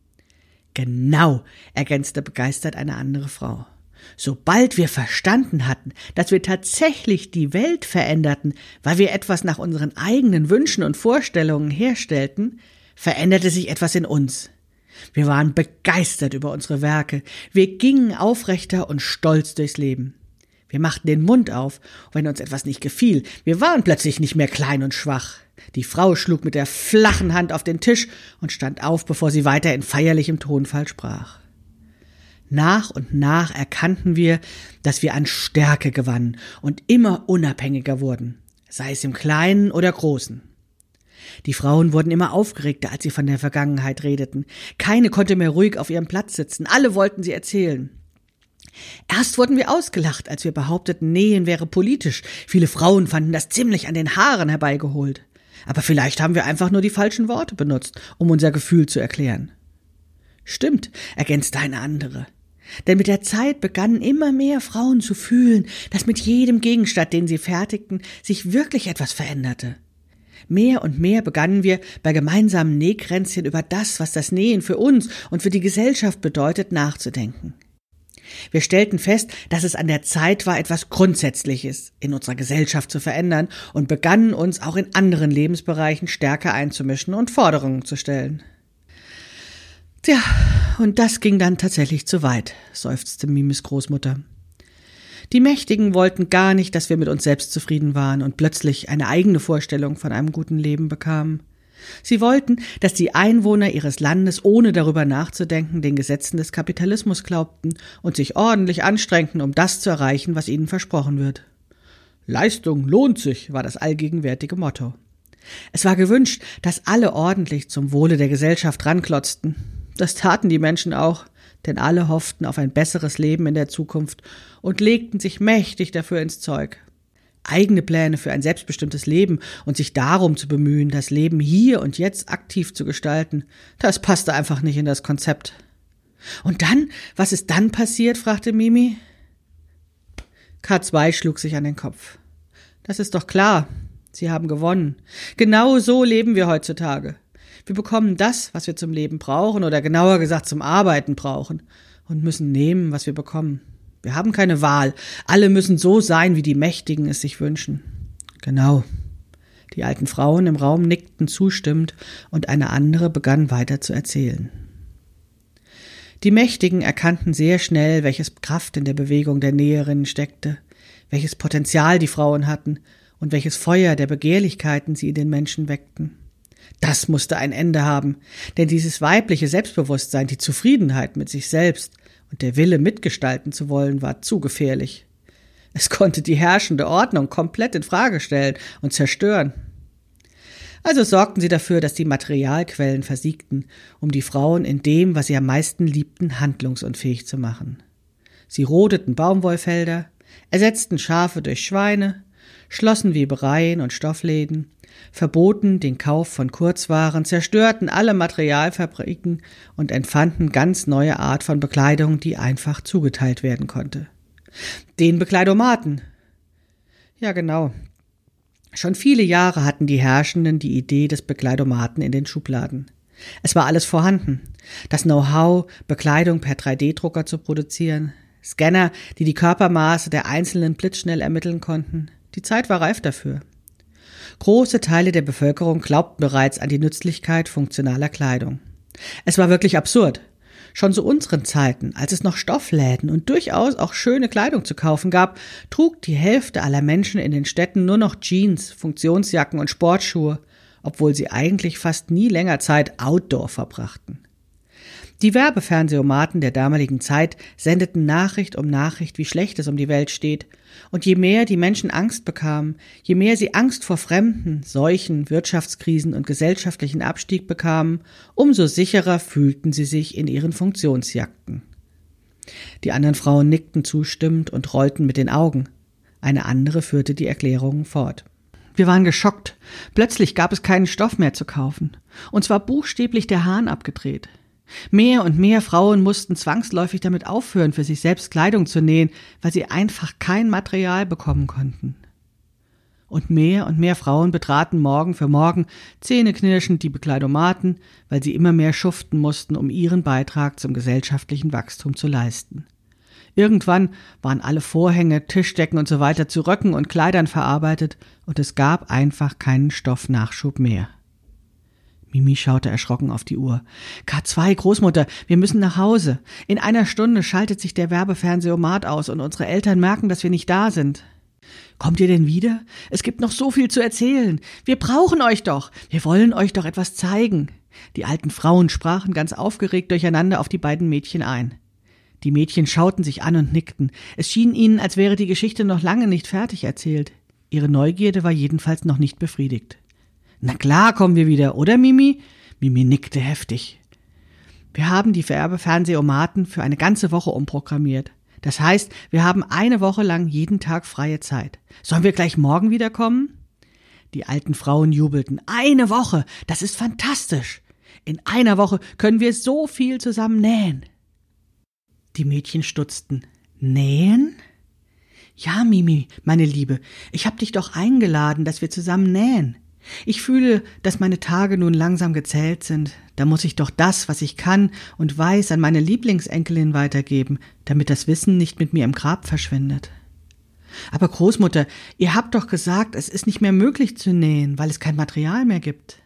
Genau, ergänzte begeistert eine andere Frau. Sobald wir verstanden hatten, dass wir tatsächlich die Welt veränderten, weil wir etwas nach unseren eigenen Wünschen und Vorstellungen herstellten, veränderte sich etwas in uns. Wir waren begeistert über unsere Werke. Wir gingen aufrechter und stolz durchs Leben. Wir machten den Mund auf, wenn uns etwas nicht gefiel. Wir waren plötzlich nicht mehr klein und schwach. Die Frau schlug mit der flachen Hand auf den Tisch und stand auf, bevor sie weiter in feierlichem Tonfall sprach. Nach und nach erkannten wir, dass wir an Stärke gewannen und immer unabhängiger wurden, sei es im Kleinen oder Großen. Die Frauen wurden immer aufgeregter, als sie von der Vergangenheit redeten. Keine konnte mehr ruhig auf ihrem Platz sitzen. Alle wollten sie erzählen. Erst wurden wir ausgelacht, als wir behaupteten, Nähen wäre politisch. Viele Frauen fanden das ziemlich an den Haaren herbeigeholt. Aber vielleicht haben wir einfach nur die falschen Worte benutzt, um unser Gefühl zu erklären. Stimmt, ergänzte eine andere. Denn mit der Zeit begannen immer mehr Frauen zu fühlen, dass mit jedem Gegenstand, den sie fertigten, sich wirklich etwas veränderte. Mehr und mehr begannen wir bei gemeinsamen Nähkränzchen über das, was das Nähen für uns und für die Gesellschaft bedeutet, nachzudenken. Wir stellten fest, dass es an der Zeit war, etwas Grundsätzliches in unserer Gesellschaft zu verändern und begannen uns auch in anderen Lebensbereichen stärker einzumischen und Forderungen zu stellen. Tja, und das ging dann tatsächlich zu weit, seufzte Mimis Großmutter. Die Mächtigen wollten gar nicht, dass wir mit uns selbst zufrieden waren und plötzlich eine eigene Vorstellung von einem guten Leben bekamen. Sie wollten, dass die Einwohner ihres Landes, ohne darüber nachzudenken, den Gesetzen des Kapitalismus glaubten und sich ordentlich anstrengten, um das zu erreichen, was ihnen versprochen wird. Leistung lohnt sich, war das allgegenwärtige Motto. Es war gewünscht, dass alle ordentlich zum Wohle der Gesellschaft ranklotzten. Das taten die Menschen auch, denn alle hofften auf ein besseres Leben in der Zukunft und legten sich mächtig dafür ins Zeug. Eigene Pläne für ein selbstbestimmtes Leben und sich darum zu bemühen, das Leben hier und jetzt aktiv zu gestalten, das passte einfach nicht in das Konzept. Und dann, was ist dann passiert, fragte Mimi. K zwei schlug sich an den Kopf. Das ist doch klar, Sie haben gewonnen. Genau so leben wir heutzutage. Wir bekommen das, was wir zum Leben brauchen oder genauer gesagt zum Arbeiten brauchen und müssen nehmen, was wir bekommen. Wir haben keine Wahl. Alle müssen so sein, wie die Mächtigen es sich wünschen. Genau. Die alten Frauen im Raum nickten zustimmend und eine andere begann weiter zu erzählen. Die Mächtigen erkannten sehr schnell, welches Kraft in der Bewegung der Näherinnen steckte, welches Potenzial die Frauen hatten und welches Feuer der Begehrlichkeiten sie in den Menschen weckten. Das musste ein Ende haben, denn dieses weibliche Selbstbewusstsein, die Zufriedenheit mit sich selbst und der Wille, mitgestalten zu wollen, war zu gefährlich. Es konnte die herrschende Ordnung komplett in Frage stellen und zerstören. Also sorgten sie dafür, dass die Materialquellen versiegten, um die Frauen in dem, was sie am meisten liebten, handlungsunfähig zu machen. Sie rodeten Baumwollfelder, ersetzten Schafe durch Schweine, schlossen Webereien und Stoffläden, verboten den Kauf von Kurzwaren, zerstörten alle Materialfabriken und entfanden ganz neue Art von Bekleidung, die einfach zugeteilt werden konnte. Den Bekleidomaten. Ja, genau. Schon viele Jahre hatten die Herrschenden die Idee des Bekleidomaten in den Schubladen. Es war alles vorhanden. Das Know-how, Bekleidung per drei D Drucker zu produzieren, Scanner, die die Körpermaße der Einzelnen blitzschnell ermitteln konnten. Die Zeit war reif dafür. Große Teile der Bevölkerung glaubten bereits an die Nützlichkeit funktionaler Kleidung. Es war wirklich absurd. Schon zu unseren Zeiten, als es noch Stoffläden und durchaus auch schöne Kleidung zu kaufen gab, trug die Hälfte aller Menschen in den Städten nur noch Jeans, Funktionsjacken und Sportschuhe, obwohl sie eigentlich fast nie länger Zeit outdoor verbrachten. Die Werbefernsehautomaten der damaligen Zeit sendeten Nachricht um Nachricht, wie schlecht es um die Welt steht. Und je mehr die Menschen Angst bekamen, je mehr sie Angst vor Fremden, Seuchen, Wirtschaftskrisen und gesellschaftlichen Abstieg bekamen, umso sicherer fühlten sie sich in ihren Funktionsjakten. Die anderen Frauen nickten zustimmend und rollten mit den Augen. Eine andere führte die Erklärungen fort. Wir waren geschockt. Plötzlich gab es keinen Stoff mehr zu kaufen. Uns war buchstäblich der Hahn abgedreht. Mehr und mehr Frauen mussten zwangsläufig damit aufhören, für sich selbst Kleidung zu nähen, weil sie einfach kein Material bekommen konnten. Und mehr und mehr Frauen betraten Morgen für Morgen zähneknirschend die Bekleidomaten, weil sie immer mehr schuften mussten, um ihren Beitrag zum gesellschaftlichen Wachstum zu leisten. Irgendwann waren alle Vorhänge, Tischdecken und so weiter zu Röcken und Kleidern verarbeitet und es gab einfach keinen Stoffnachschub mehr. Mimi schaute erschrocken auf die Uhr. K zwei, Großmutter, wir müssen nach Hause. In einer Stunde schaltet sich der Werbefernsehautomat aus und unsere Eltern merken, dass wir nicht da sind. Kommt ihr denn wieder? Es gibt noch so viel zu erzählen. Wir brauchen euch doch. Wir wollen euch doch etwas zeigen. Die alten Frauen sprachen ganz aufgeregt durcheinander auf die beiden Mädchen ein. Die Mädchen schauten sich an und nickten. Es schien ihnen, als wäre die Geschichte noch lange nicht fertig erzählt. Ihre Neugierde war jedenfalls noch nicht befriedigt. Na klar kommen wir wieder, oder Mimi? Mimi nickte heftig. Wir haben die Werbefernsehautomaten für eine ganze Woche umprogrammiert. Das heißt, wir haben eine Woche lang jeden Tag freie Zeit. Sollen wir gleich morgen wiederkommen? Die alten Frauen jubelten. Eine Woche, das ist fantastisch. In einer Woche können wir so viel zusammen nähen. Die Mädchen stutzten. Nähen? Ja, Mimi, meine Liebe, ich hab dich doch eingeladen, dass wir zusammen nähen. Ich fühle, dass meine Tage nun langsam gezählt sind. Da muss ich doch das, was ich kann und weiß, an meine Lieblingsenkelin weitergeben, damit das Wissen nicht mit mir im Grab verschwindet. Aber Großmutter, ihr habt doch gesagt, es ist nicht mehr möglich zu nähen, weil es kein Material mehr gibt.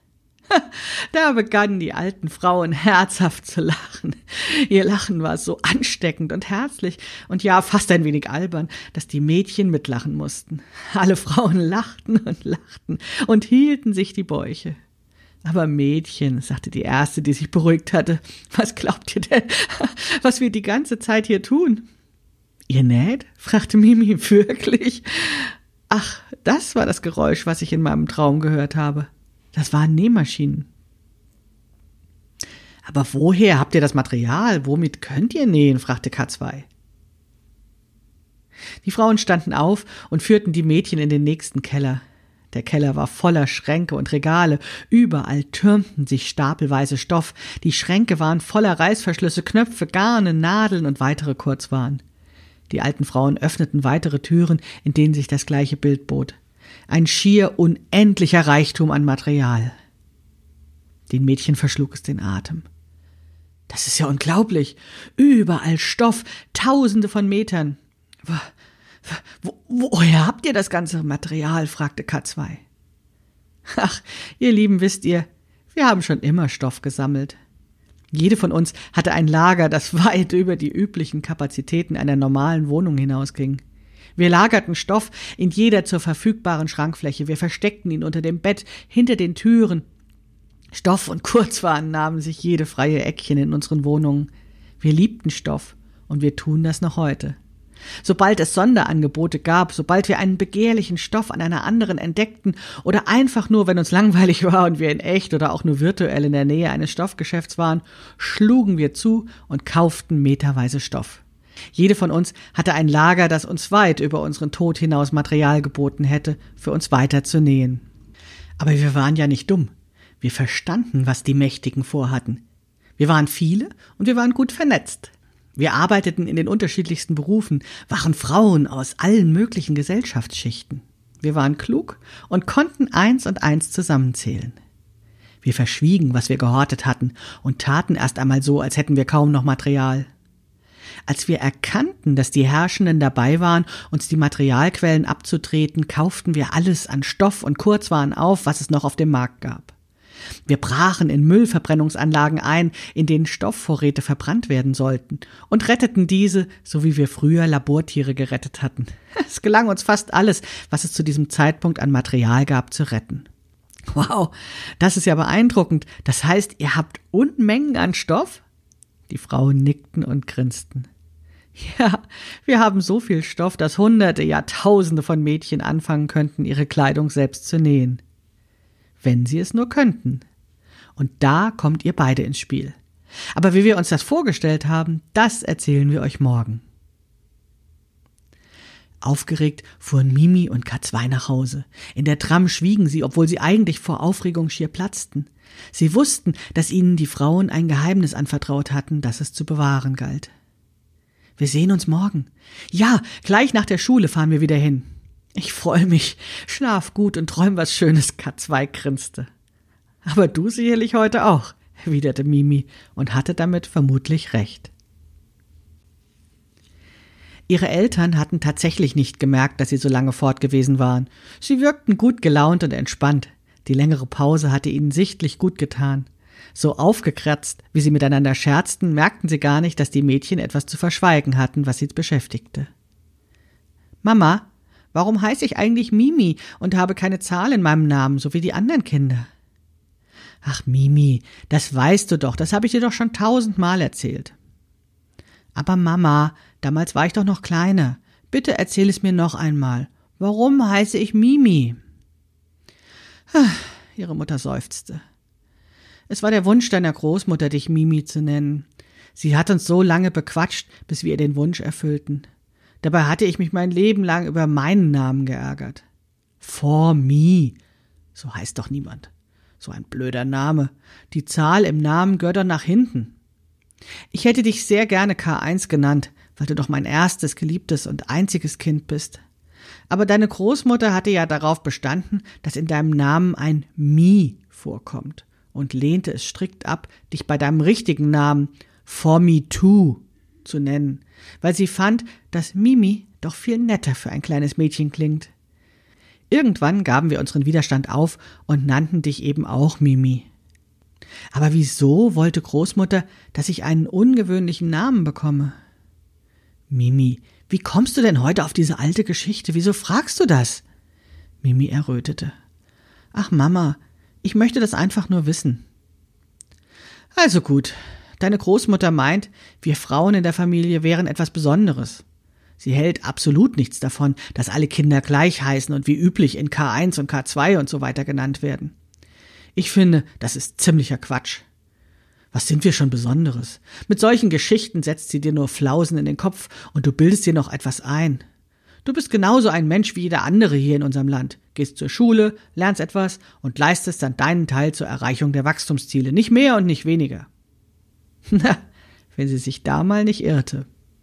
Da begannen die alten Frauen herzhaft zu lachen. Ihr Lachen war so ansteckend und herzlich und ja, fast ein wenig albern, dass die Mädchen mitlachen mussten. Alle Frauen lachten und lachten und hielten sich die Bäuche. Aber Mädchen, sagte die Erste, die sich beruhigt hatte, was glaubt ihr denn, was wir die ganze Zeit hier tun? Ihr näht? Fragte Mimi, wirklich? Ach, das war das Geräusch, was ich in meinem Traum gehört habe. Das waren Nähmaschinen. Aber woher habt ihr das Material? Womit könnt ihr nähen? Fragte K zwei. Die Frauen standen auf und führten die Mädchen in den nächsten Keller. Der Keller war voller Schränke und Regale. Überall türmten sich stapelweise Stoff. Die Schränke waren voller Reißverschlüsse, Knöpfe, Garne, Nadeln und weitere Kurzwaren. Die alten Frauen öffneten weitere Türen, in denen sich das gleiche Bild bot. Ein schier unendlicher Reichtum an Material. Den Mädchen verschlug es den Atem. Das ist ja unglaublich. Überall Stoff, tausende von Metern. Wo, wo, woher habt ihr das ganze Material? Fragte K zwei. Ach, ihr Lieben, wisst ihr, wir haben schon immer Stoff gesammelt. Jede von uns hatte ein Lager, das weit über die üblichen Kapazitäten einer normalen Wohnung hinausging. Wir lagerten Stoff in jeder zur verfügbaren Schrankfläche. Wir versteckten ihn unter dem Bett, hinter den Türen. Stoff und Kurzwaren nahmen sich jede freie Eckchen in unseren Wohnungen. Wir liebten Stoff und wir tun das noch heute. Sobald es Sonderangebote gab, sobald wir einen begehrlichen Stoff an einer anderen entdeckten oder einfach nur, wenn uns langweilig war und wir in echt oder auch nur virtuell in der Nähe eines Stoffgeschäfts waren, schlugen wir zu und kauften meterweise Stoff. Jede von uns hatte ein Lager, das uns weit über unseren Tod hinaus Material geboten hätte, für uns weiter zu nähen. Aber wir waren ja nicht dumm. Wir verstanden, was die Mächtigen vorhatten. Wir waren viele und wir waren gut vernetzt. Wir arbeiteten in den unterschiedlichsten Berufen, waren Frauen aus allen möglichen Gesellschaftsschichten. Wir waren klug und konnten eins und eins zusammenzählen. Wir verschwiegen, was wir gehortet hatten und taten erst einmal so, als hätten wir kaum noch Material. Als wir erkannten, dass die Herrschenden dabei waren, uns die Materialquellen abzutreten, kauften wir alles an Stoff und Kurzwaren auf, was es noch auf dem Markt gab. Wir brachen in Müllverbrennungsanlagen ein, in denen Stoffvorräte verbrannt werden sollten, und retteten diese, so wie wir früher Labortiere gerettet hatten. Es gelang uns fast alles, was es zu diesem Zeitpunkt an Material gab, zu retten. Wow, das ist ja beeindruckend. Das heißt, ihr habt Unmengen an Stoff? Die Frauen nickten und grinsten. Ja, wir haben so viel Stoff, dass Hunderte, Jahrtausende von Mädchen anfangen könnten, ihre Kleidung selbst zu nähen. Wenn sie es nur könnten. Und da kommt ihr beide ins Spiel. Aber wie wir uns das vorgestellt haben, das erzählen wir euch morgen. Aufgeregt fuhren Mimi und K zwei nach Hause. In der Tram schwiegen sie, obwohl sie eigentlich vor Aufregung schier platzten. Sie wussten, dass ihnen die Frauen ein Geheimnis anvertraut hatten, das es zu bewahren galt. Wir sehen uns morgen. Ja, gleich nach der Schule fahren wir wieder hin. Ich freue mich. Schlaf gut und träum was Schönes, K zwei grinste. Aber du sicherlich heute auch, erwiderte Mimi und hatte damit vermutlich recht. Ihre Eltern hatten tatsächlich nicht gemerkt, dass sie so lange fort gewesen waren. Sie wirkten gut gelaunt und entspannt. Die längere Pause hatte ihnen sichtlich gut getan. So aufgekratzt, wie sie miteinander scherzten, merkten sie gar nicht, dass die Mädchen etwas zu verschweigen hatten, was sie beschäftigte. »Mama, warum heiße ich eigentlich Mimi und habe keine Zahl in meinem Namen, so wie die anderen Kinder?« »Ach, Mimi, das weißt du doch, das habe ich dir doch schon tausendmal erzählt.« »Aber Mama, damals war ich doch noch kleiner. Bitte erzähl es mir noch einmal. Warum heiße ich Mimi?« Ihre Mutter seufzte. Es war der Wunsch deiner Großmutter, dich Mimi zu nennen. Sie hat uns so lange bequatscht, bis wir ihr den Wunsch erfüllten. Dabei hatte ich mich mein Leben lang über meinen Namen geärgert. For me, so heißt doch niemand. So ein blöder Name. Die Zahl im Namen gehört doch nach hinten. Ich hätte dich sehr gerne K eins genannt, weil du doch mein erstes, geliebtes und einziges Kind bist. Aber deine Großmutter hatte ja darauf bestanden, dass in deinem Namen ein Mi vorkommt und lehnte es strikt ab, dich bei deinem richtigen Namen For Me Too zu nennen, weil sie fand, dass Mimi doch viel netter für ein kleines Mädchen klingt. Irgendwann gaben wir unseren Widerstand auf und nannten dich eben auch Mimi. Aber wieso wollte Großmutter, dass ich einen ungewöhnlichen Namen bekomme? Mimi, wie kommst du denn heute auf diese alte Geschichte? Wieso fragst du das? Mimi errötete. Ach Mama, ich möchte das einfach nur wissen. Also gut, deine Großmutter meint, wir Frauen in der Familie wären etwas Besonderes. Sie hält absolut nichts davon, dass alle Kinder gleich heißen und wie üblich in K eins und K zwei und so weiter genannt werden. Ich finde, das ist ziemlicher Quatsch. Was sind wir schon Besonderes? Mit solchen Geschichten setzt sie dir nur Flausen in den Kopf und du bildest dir noch etwas ein. Du bist genauso ein Mensch wie jeder andere hier in unserem Land. Gehst zur Schule, lernst etwas und leistest dann deinen Teil zur Erreichung der Wachstumsziele. Nicht mehr und nicht weniger. Na, wenn sie sich da mal nicht irrte.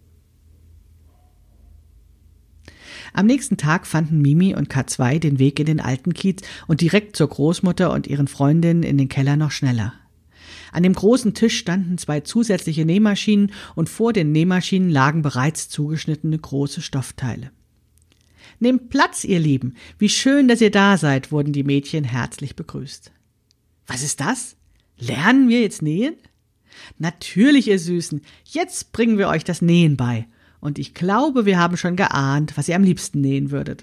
Am nächsten Tag fanden Mimi und K zwei den Weg in den alten Kiez und direkt zur Großmutter und ihren Freundinnen in den Keller noch schneller. An dem großen Tisch standen zwei zusätzliche Nähmaschinen und vor den Nähmaschinen lagen bereits zugeschnittene große Stoffteile. »Nehmt Platz, ihr Lieben! Wie schön, dass ihr da seid«, wurden die Mädchen herzlich begrüßt. »Was ist das? Lernen wir jetzt nähen?« »Natürlich, ihr Süßen! Jetzt bringen wir euch das Nähen bei. Und ich glaube, wir haben schon geahnt, was ihr am liebsten nähen würdet.«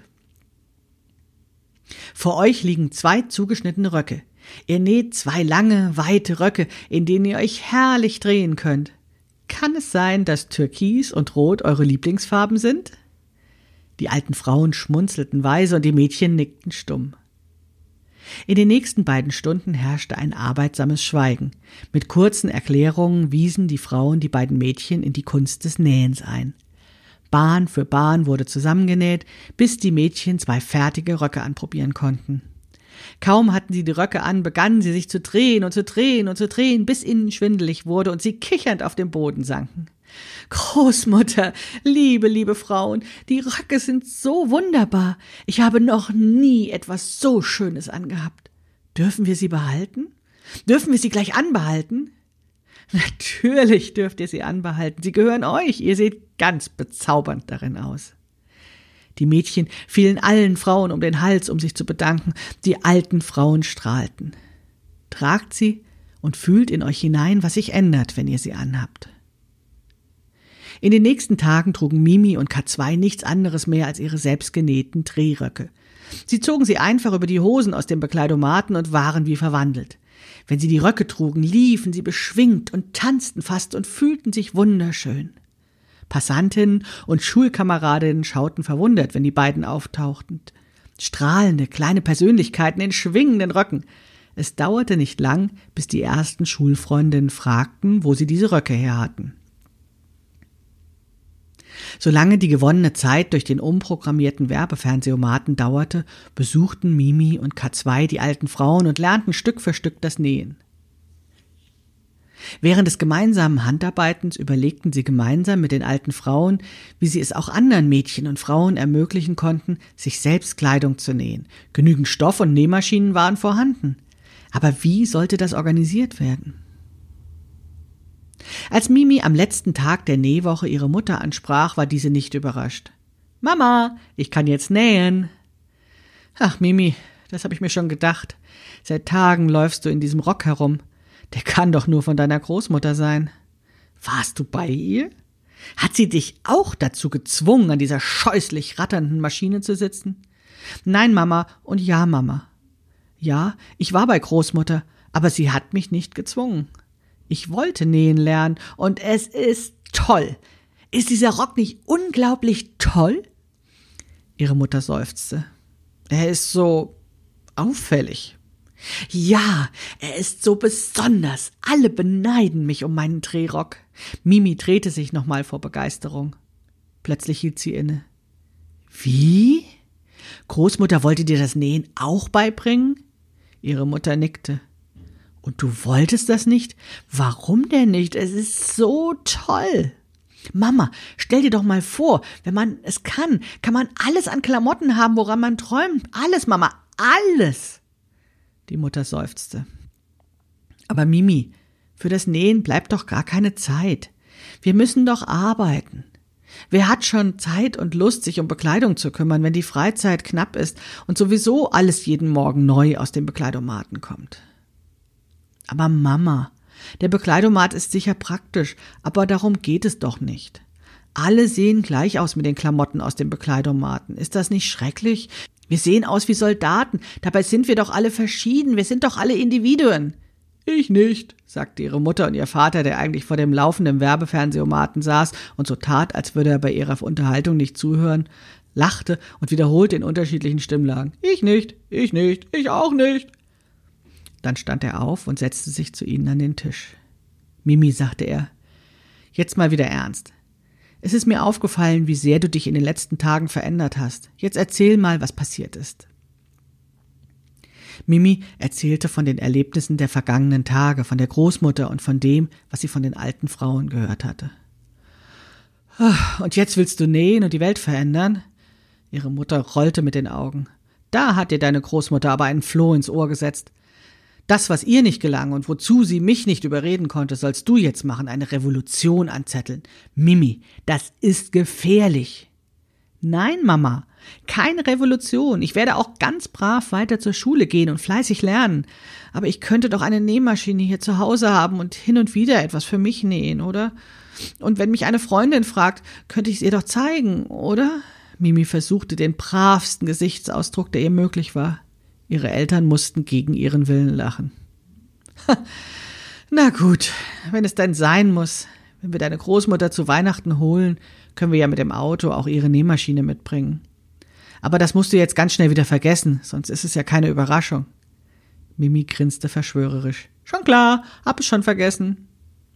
Vor euch liegen zwei zugeschnittene Röcke. Ihr näht zwei lange, weite Röcke, in denen ihr euch herrlich drehen könnt. Kann es sein, dass Türkis und Rot eure Lieblingsfarben sind? Die alten Frauen schmunzelten weise und die Mädchen nickten stumm. In den nächsten beiden Stunden herrschte ein arbeitsames Schweigen. Mit kurzen Erklärungen wiesen die Frauen die beiden Mädchen in die Kunst des Nähens ein. Bahn für Bahn wurde zusammengenäht, bis die Mädchen zwei fertige Röcke anprobieren konnten. Kaum hatten sie die Röcke an, begannen sie sich zu drehen und zu drehen und zu drehen, bis ihnen schwindelig wurde und sie kichernd auf den Boden sanken. »Großmutter, liebe, liebe Frauen, die Röcke sind so wunderbar. Ich habe noch nie etwas so Schönes angehabt. Dürfen wir sie behalten? Dürfen wir sie gleich anbehalten?« »Natürlich dürft ihr sie anbehalten. Sie gehören euch. Ihr seht ganz bezaubernd darin aus.« Die Mädchen fielen allen Frauen um den Hals, um sich zu bedanken. Die alten Frauen strahlten. »Tragt sie und fühlt in euch hinein, was sich ändert, wenn ihr sie anhabt.« In den nächsten Tagen trugen Mimi und K zwei nichts anderes mehr als ihre selbstgenähten Drehröcke. Sie zogen sie einfach über die Hosen aus dem Bekleidomaten und waren wie verwandelt. Wenn sie die Röcke trugen, liefen sie beschwingt und tanzten fast und fühlten sich wunderschön. Passantinnen und Schulkameradinnen schauten verwundert, wenn die beiden auftauchten. Strahlende, kleine Persönlichkeiten in schwingenden Röcken. Es dauerte nicht lang, bis die ersten Schulfreundinnen fragten, wo sie diese Röcke her hatten. Solange die gewonnene Zeit durch den umprogrammierten Werbefernsehautomaten dauerte, besuchten Mimi und K zwei die alten Frauen und lernten Stück für Stück das Nähen. Während des gemeinsamen Handarbeitens überlegten sie gemeinsam mit den alten Frauen, wie sie es auch anderen Mädchen und Frauen ermöglichen konnten, sich selbst Kleidung zu nähen. Genügend Stoff und Nähmaschinen waren vorhanden. Aber wie sollte das organisiert werden? Als Mimi am letzten Tag der Nähwoche ihre Mutter ansprach, war diese nicht überrascht. »Mama, ich kann jetzt nähen.« »Ach, Mimi, das habe ich mir schon gedacht. Seit Tagen läufst du in diesem Rock herum. Der kann doch nur von deiner Großmutter sein.« »Warst du bei ihr? Hat sie dich auch dazu gezwungen, an dieser scheußlich ratternden Maschine zu sitzen?« »Nein, Mama, und ja, Mama. Ja, ich war bei Großmutter, aber sie hat mich nicht gezwungen. Ich wollte nähen lernen und es ist toll. Ist dieser Rock nicht unglaublich toll?« Ihre Mutter seufzte. »Er ist so auffällig.« »Ja, er ist so besonders. Alle beneiden mich um meinen Drehrock.« Mimi drehte sich nochmal vor Begeisterung. Plötzlich hielt sie inne. »Wie? Großmutter wollte dir das Nähen auch beibringen?« Ihre Mutter nickte. »Und du wolltest das nicht? Warum denn nicht? Es ist so toll.« »Mama, stell dir doch mal vor, wenn man es kann, kann man alles an Klamotten haben, woran man träumt. Alles, Mama, alles.« Die Mutter seufzte. »Aber Mimi, für das Nähen bleibt doch gar keine Zeit. Wir müssen doch arbeiten. Wer hat schon Zeit und Lust, sich um Bekleidung zu kümmern, wenn die Freizeit knapp ist und sowieso alles jeden Morgen neu aus dem Bekleidomaten kommt?« »Aber Mama, der Bekleidomat ist sicher praktisch, aber darum geht es doch nicht. Alle sehen gleich aus mit den Klamotten aus dem Bekleidomaten. Ist das nicht schrecklich? Wir sehen aus wie Soldaten, dabei sind wir doch alle verschieden, wir sind doch alle Individuen.« »Ich nicht«, sagte ihre Mutter, und ihr Vater, der eigentlich vor dem laufenden Werbefernsehautomaten saß und so tat, als würde er bei ihrer Unterhaltung nicht zuhören, lachte und wiederholte in unterschiedlichen Stimmlagen. »Ich nicht, ich nicht, ich auch nicht.« Dann stand er auf und setzte sich zu ihnen an den Tisch. »Mimi«, sagte er, »jetzt mal wieder ernst. Es ist mir aufgefallen, wie sehr du dich in den letzten Tagen verändert hast. Jetzt erzähl mal, was passiert ist.« Mimi erzählte von den Erlebnissen der vergangenen Tage, von der Großmutter und von dem, was sie von den alten Frauen gehört hatte. »Und jetzt willst du nähen und die Welt verändern?« Ihre Mutter rollte mit den Augen. »Da hat dir deine Großmutter aber einen Floh ins Ohr gesetzt. Das, was ihr nicht gelang und wozu sie mich nicht überreden konnte, sollst du jetzt machen, eine Revolution anzetteln. Mimi, das ist gefährlich.« »Nein, Mama, keine Revolution. Ich werde auch ganz brav weiter zur Schule gehen und fleißig lernen. Aber ich könnte doch eine Nähmaschine hier zu Hause haben und hin und wieder etwas für mich nähen, oder? Und wenn mich eine Freundin fragt, könnte ich es ihr doch zeigen, oder?« Mimi versuchte den bravsten Gesichtsausdruck, der ihr möglich war. Ihre Eltern mussten gegen ihren Willen lachen. »Na gut, wenn es denn sein muss. Wenn wir deine Großmutter zu Weihnachten holen, können wir ja mit dem Auto auch ihre Nähmaschine mitbringen. Aber das musst du jetzt ganz schnell wieder vergessen, sonst ist es ja keine Überraschung.« Mimi grinste verschwörerisch. »Schon klar, hab es schon vergessen.«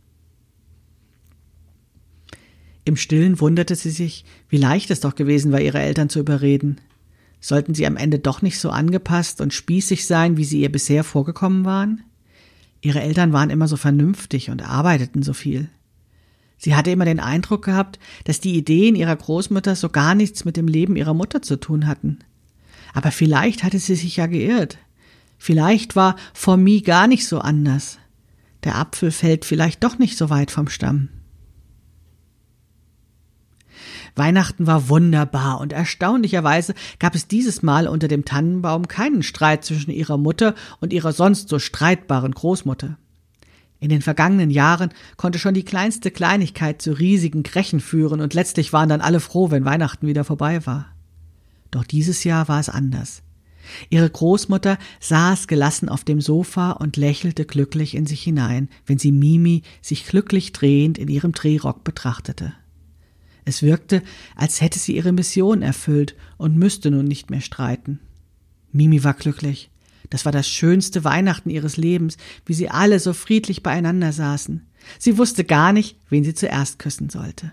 Im Stillen wunderte sie sich, wie leicht es doch gewesen war, ihre Eltern zu überreden. Sollten sie am Ende doch nicht so angepasst und spießig sein, wie sie ihr bisher vorgekommen waren? Ihre Eltern waren immer so vernünftig und arbeiteten so viel. Sie hatte immer den Eindruck gehabt, dass die Ideen ihrer Großmutter so gar nichts mit dem Leben ihrer Mutter zu tun hatten. Aber vielleicht hatte sie sich ja geirrt. Vielleicht war Formie gar nicht so anders. Der Apfel fällt vielleicht doch nicht so weit vom Stamm. Weihnachten war wunderbar und erstaunlicherweise gab es dieses Mal unter dem Tannenbaum keinen Streit zwischen ihrer Mutter und ihrer sonst so streitbaren Großmutter. In den vergangenen Jahren konnte schon die kleinste Kleinigkeit zu riesigen Krächen führen und letztlich waren dann alle froh, wenn Weihnachten wieder vorbei war. Doch dieses Jahr war es anders. Ihre Großmutter saß gelassen auf dem Sofa und lächelte glücklich in sich hinein, wenn sie Mimi sich glücklich drehend in ihrem Drehrock betrachtete. Es wirkte, als hätte sie ihre Mission erfüllt und müsste nun nicht mehr streiten. Mimi war glücklich. Das war das schönste Weihnachten ihres Lebens, wie sie alle so friedlich beieinander saßen. Sie wusste gar nicht, wen sie zuerst küssen sollte.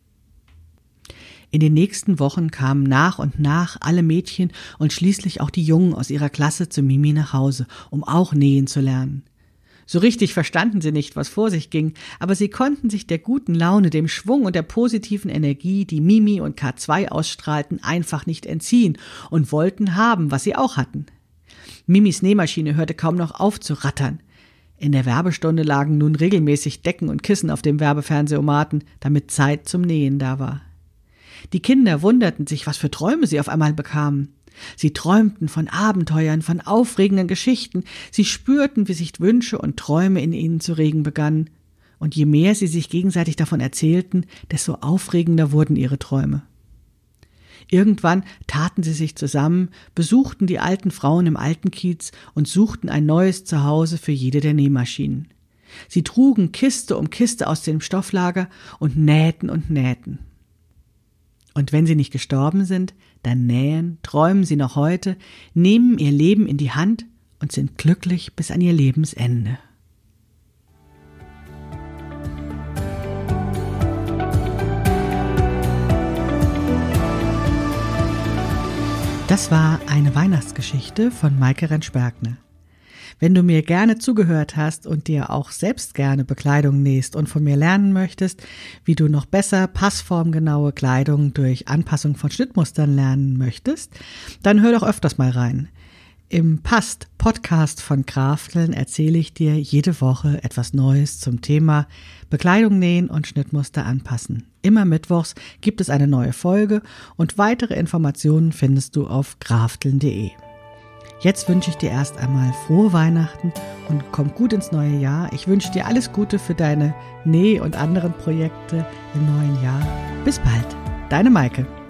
In den nächsten Wochen kamen nach und nach alle Mädchen und schließlich auch die Jungen aus ihrer Klasse zu Mimi nach Hause, um auch nähen zu lernen. So richtig verstanden sie nicht, was vor sich ging, aber sie konnten sich der guten Laune, dem Schwung und der positiven Energie, die Mimi und K zwei ausstrahlten, einfach nicht entziehen und wollten haben, was sie auch hatten. Mimis Nähmaschine hörte kaum noch auf zu rattern. In der Werbestunde lagen nun regelmäßig Decken und Kissen auf dem Werbefernsehautomaten, damit Zeit zum Nähen da war. Die Kinder wunderten sich, was für Träume sie auf einmal bekamen. Sie träumten von Abenteuern, von aufregenden Geschichten. Sie spürten, wie sich Wünsche und Träume in ihnen zu regen begannen. Und je mehr sie sich gegenseitig davon erzählten, desto aufregender wurden ihre Träume. Irgendwann taten sie sich zusammen, besuchten die alten Frauen im alten Kiez und suchten ein neues Zuhause für jede der Nähmaschinen. Sie trugen Kiste um Kiste aus dem Stofflager und nähten und nähten. Und wenn sie nicht gestorben sind, dann nähen, träumen sie noch heute, nehmen ihr Leben in die Hand und sind glücklich bis an ihr Lebensende. Das war eine Weihnachtsgeschichte von Maike Rentsch-Bergner. Wenn du mir gerne zugehört hast und dir auch selbst gerne Bekleidung nähst und von mir lernen möchtest, wie du noch besser passformgenaue Kleidung durch Anpassung von Schnittmustern lernen möchtest, dann hör doch öfters mal rein. Im Passt-Podcast von Krafteln erzähle ich dir jede Woche etwas Neues zum Thema Bekleidung nähen und Schnittmuster anpassen. Immer mittwochs gibt es eine neue Folge und weitere Informationen findest du auf krafteln punkt de. Jetzt wünsche ich dir erst einmal frohe Weihnachten und komm gut ins neue Jahr. Ich wünsche dir alles Gute für deine Näh- und anderen Projekte im neuen Jahr. Bis bald, deine Maike.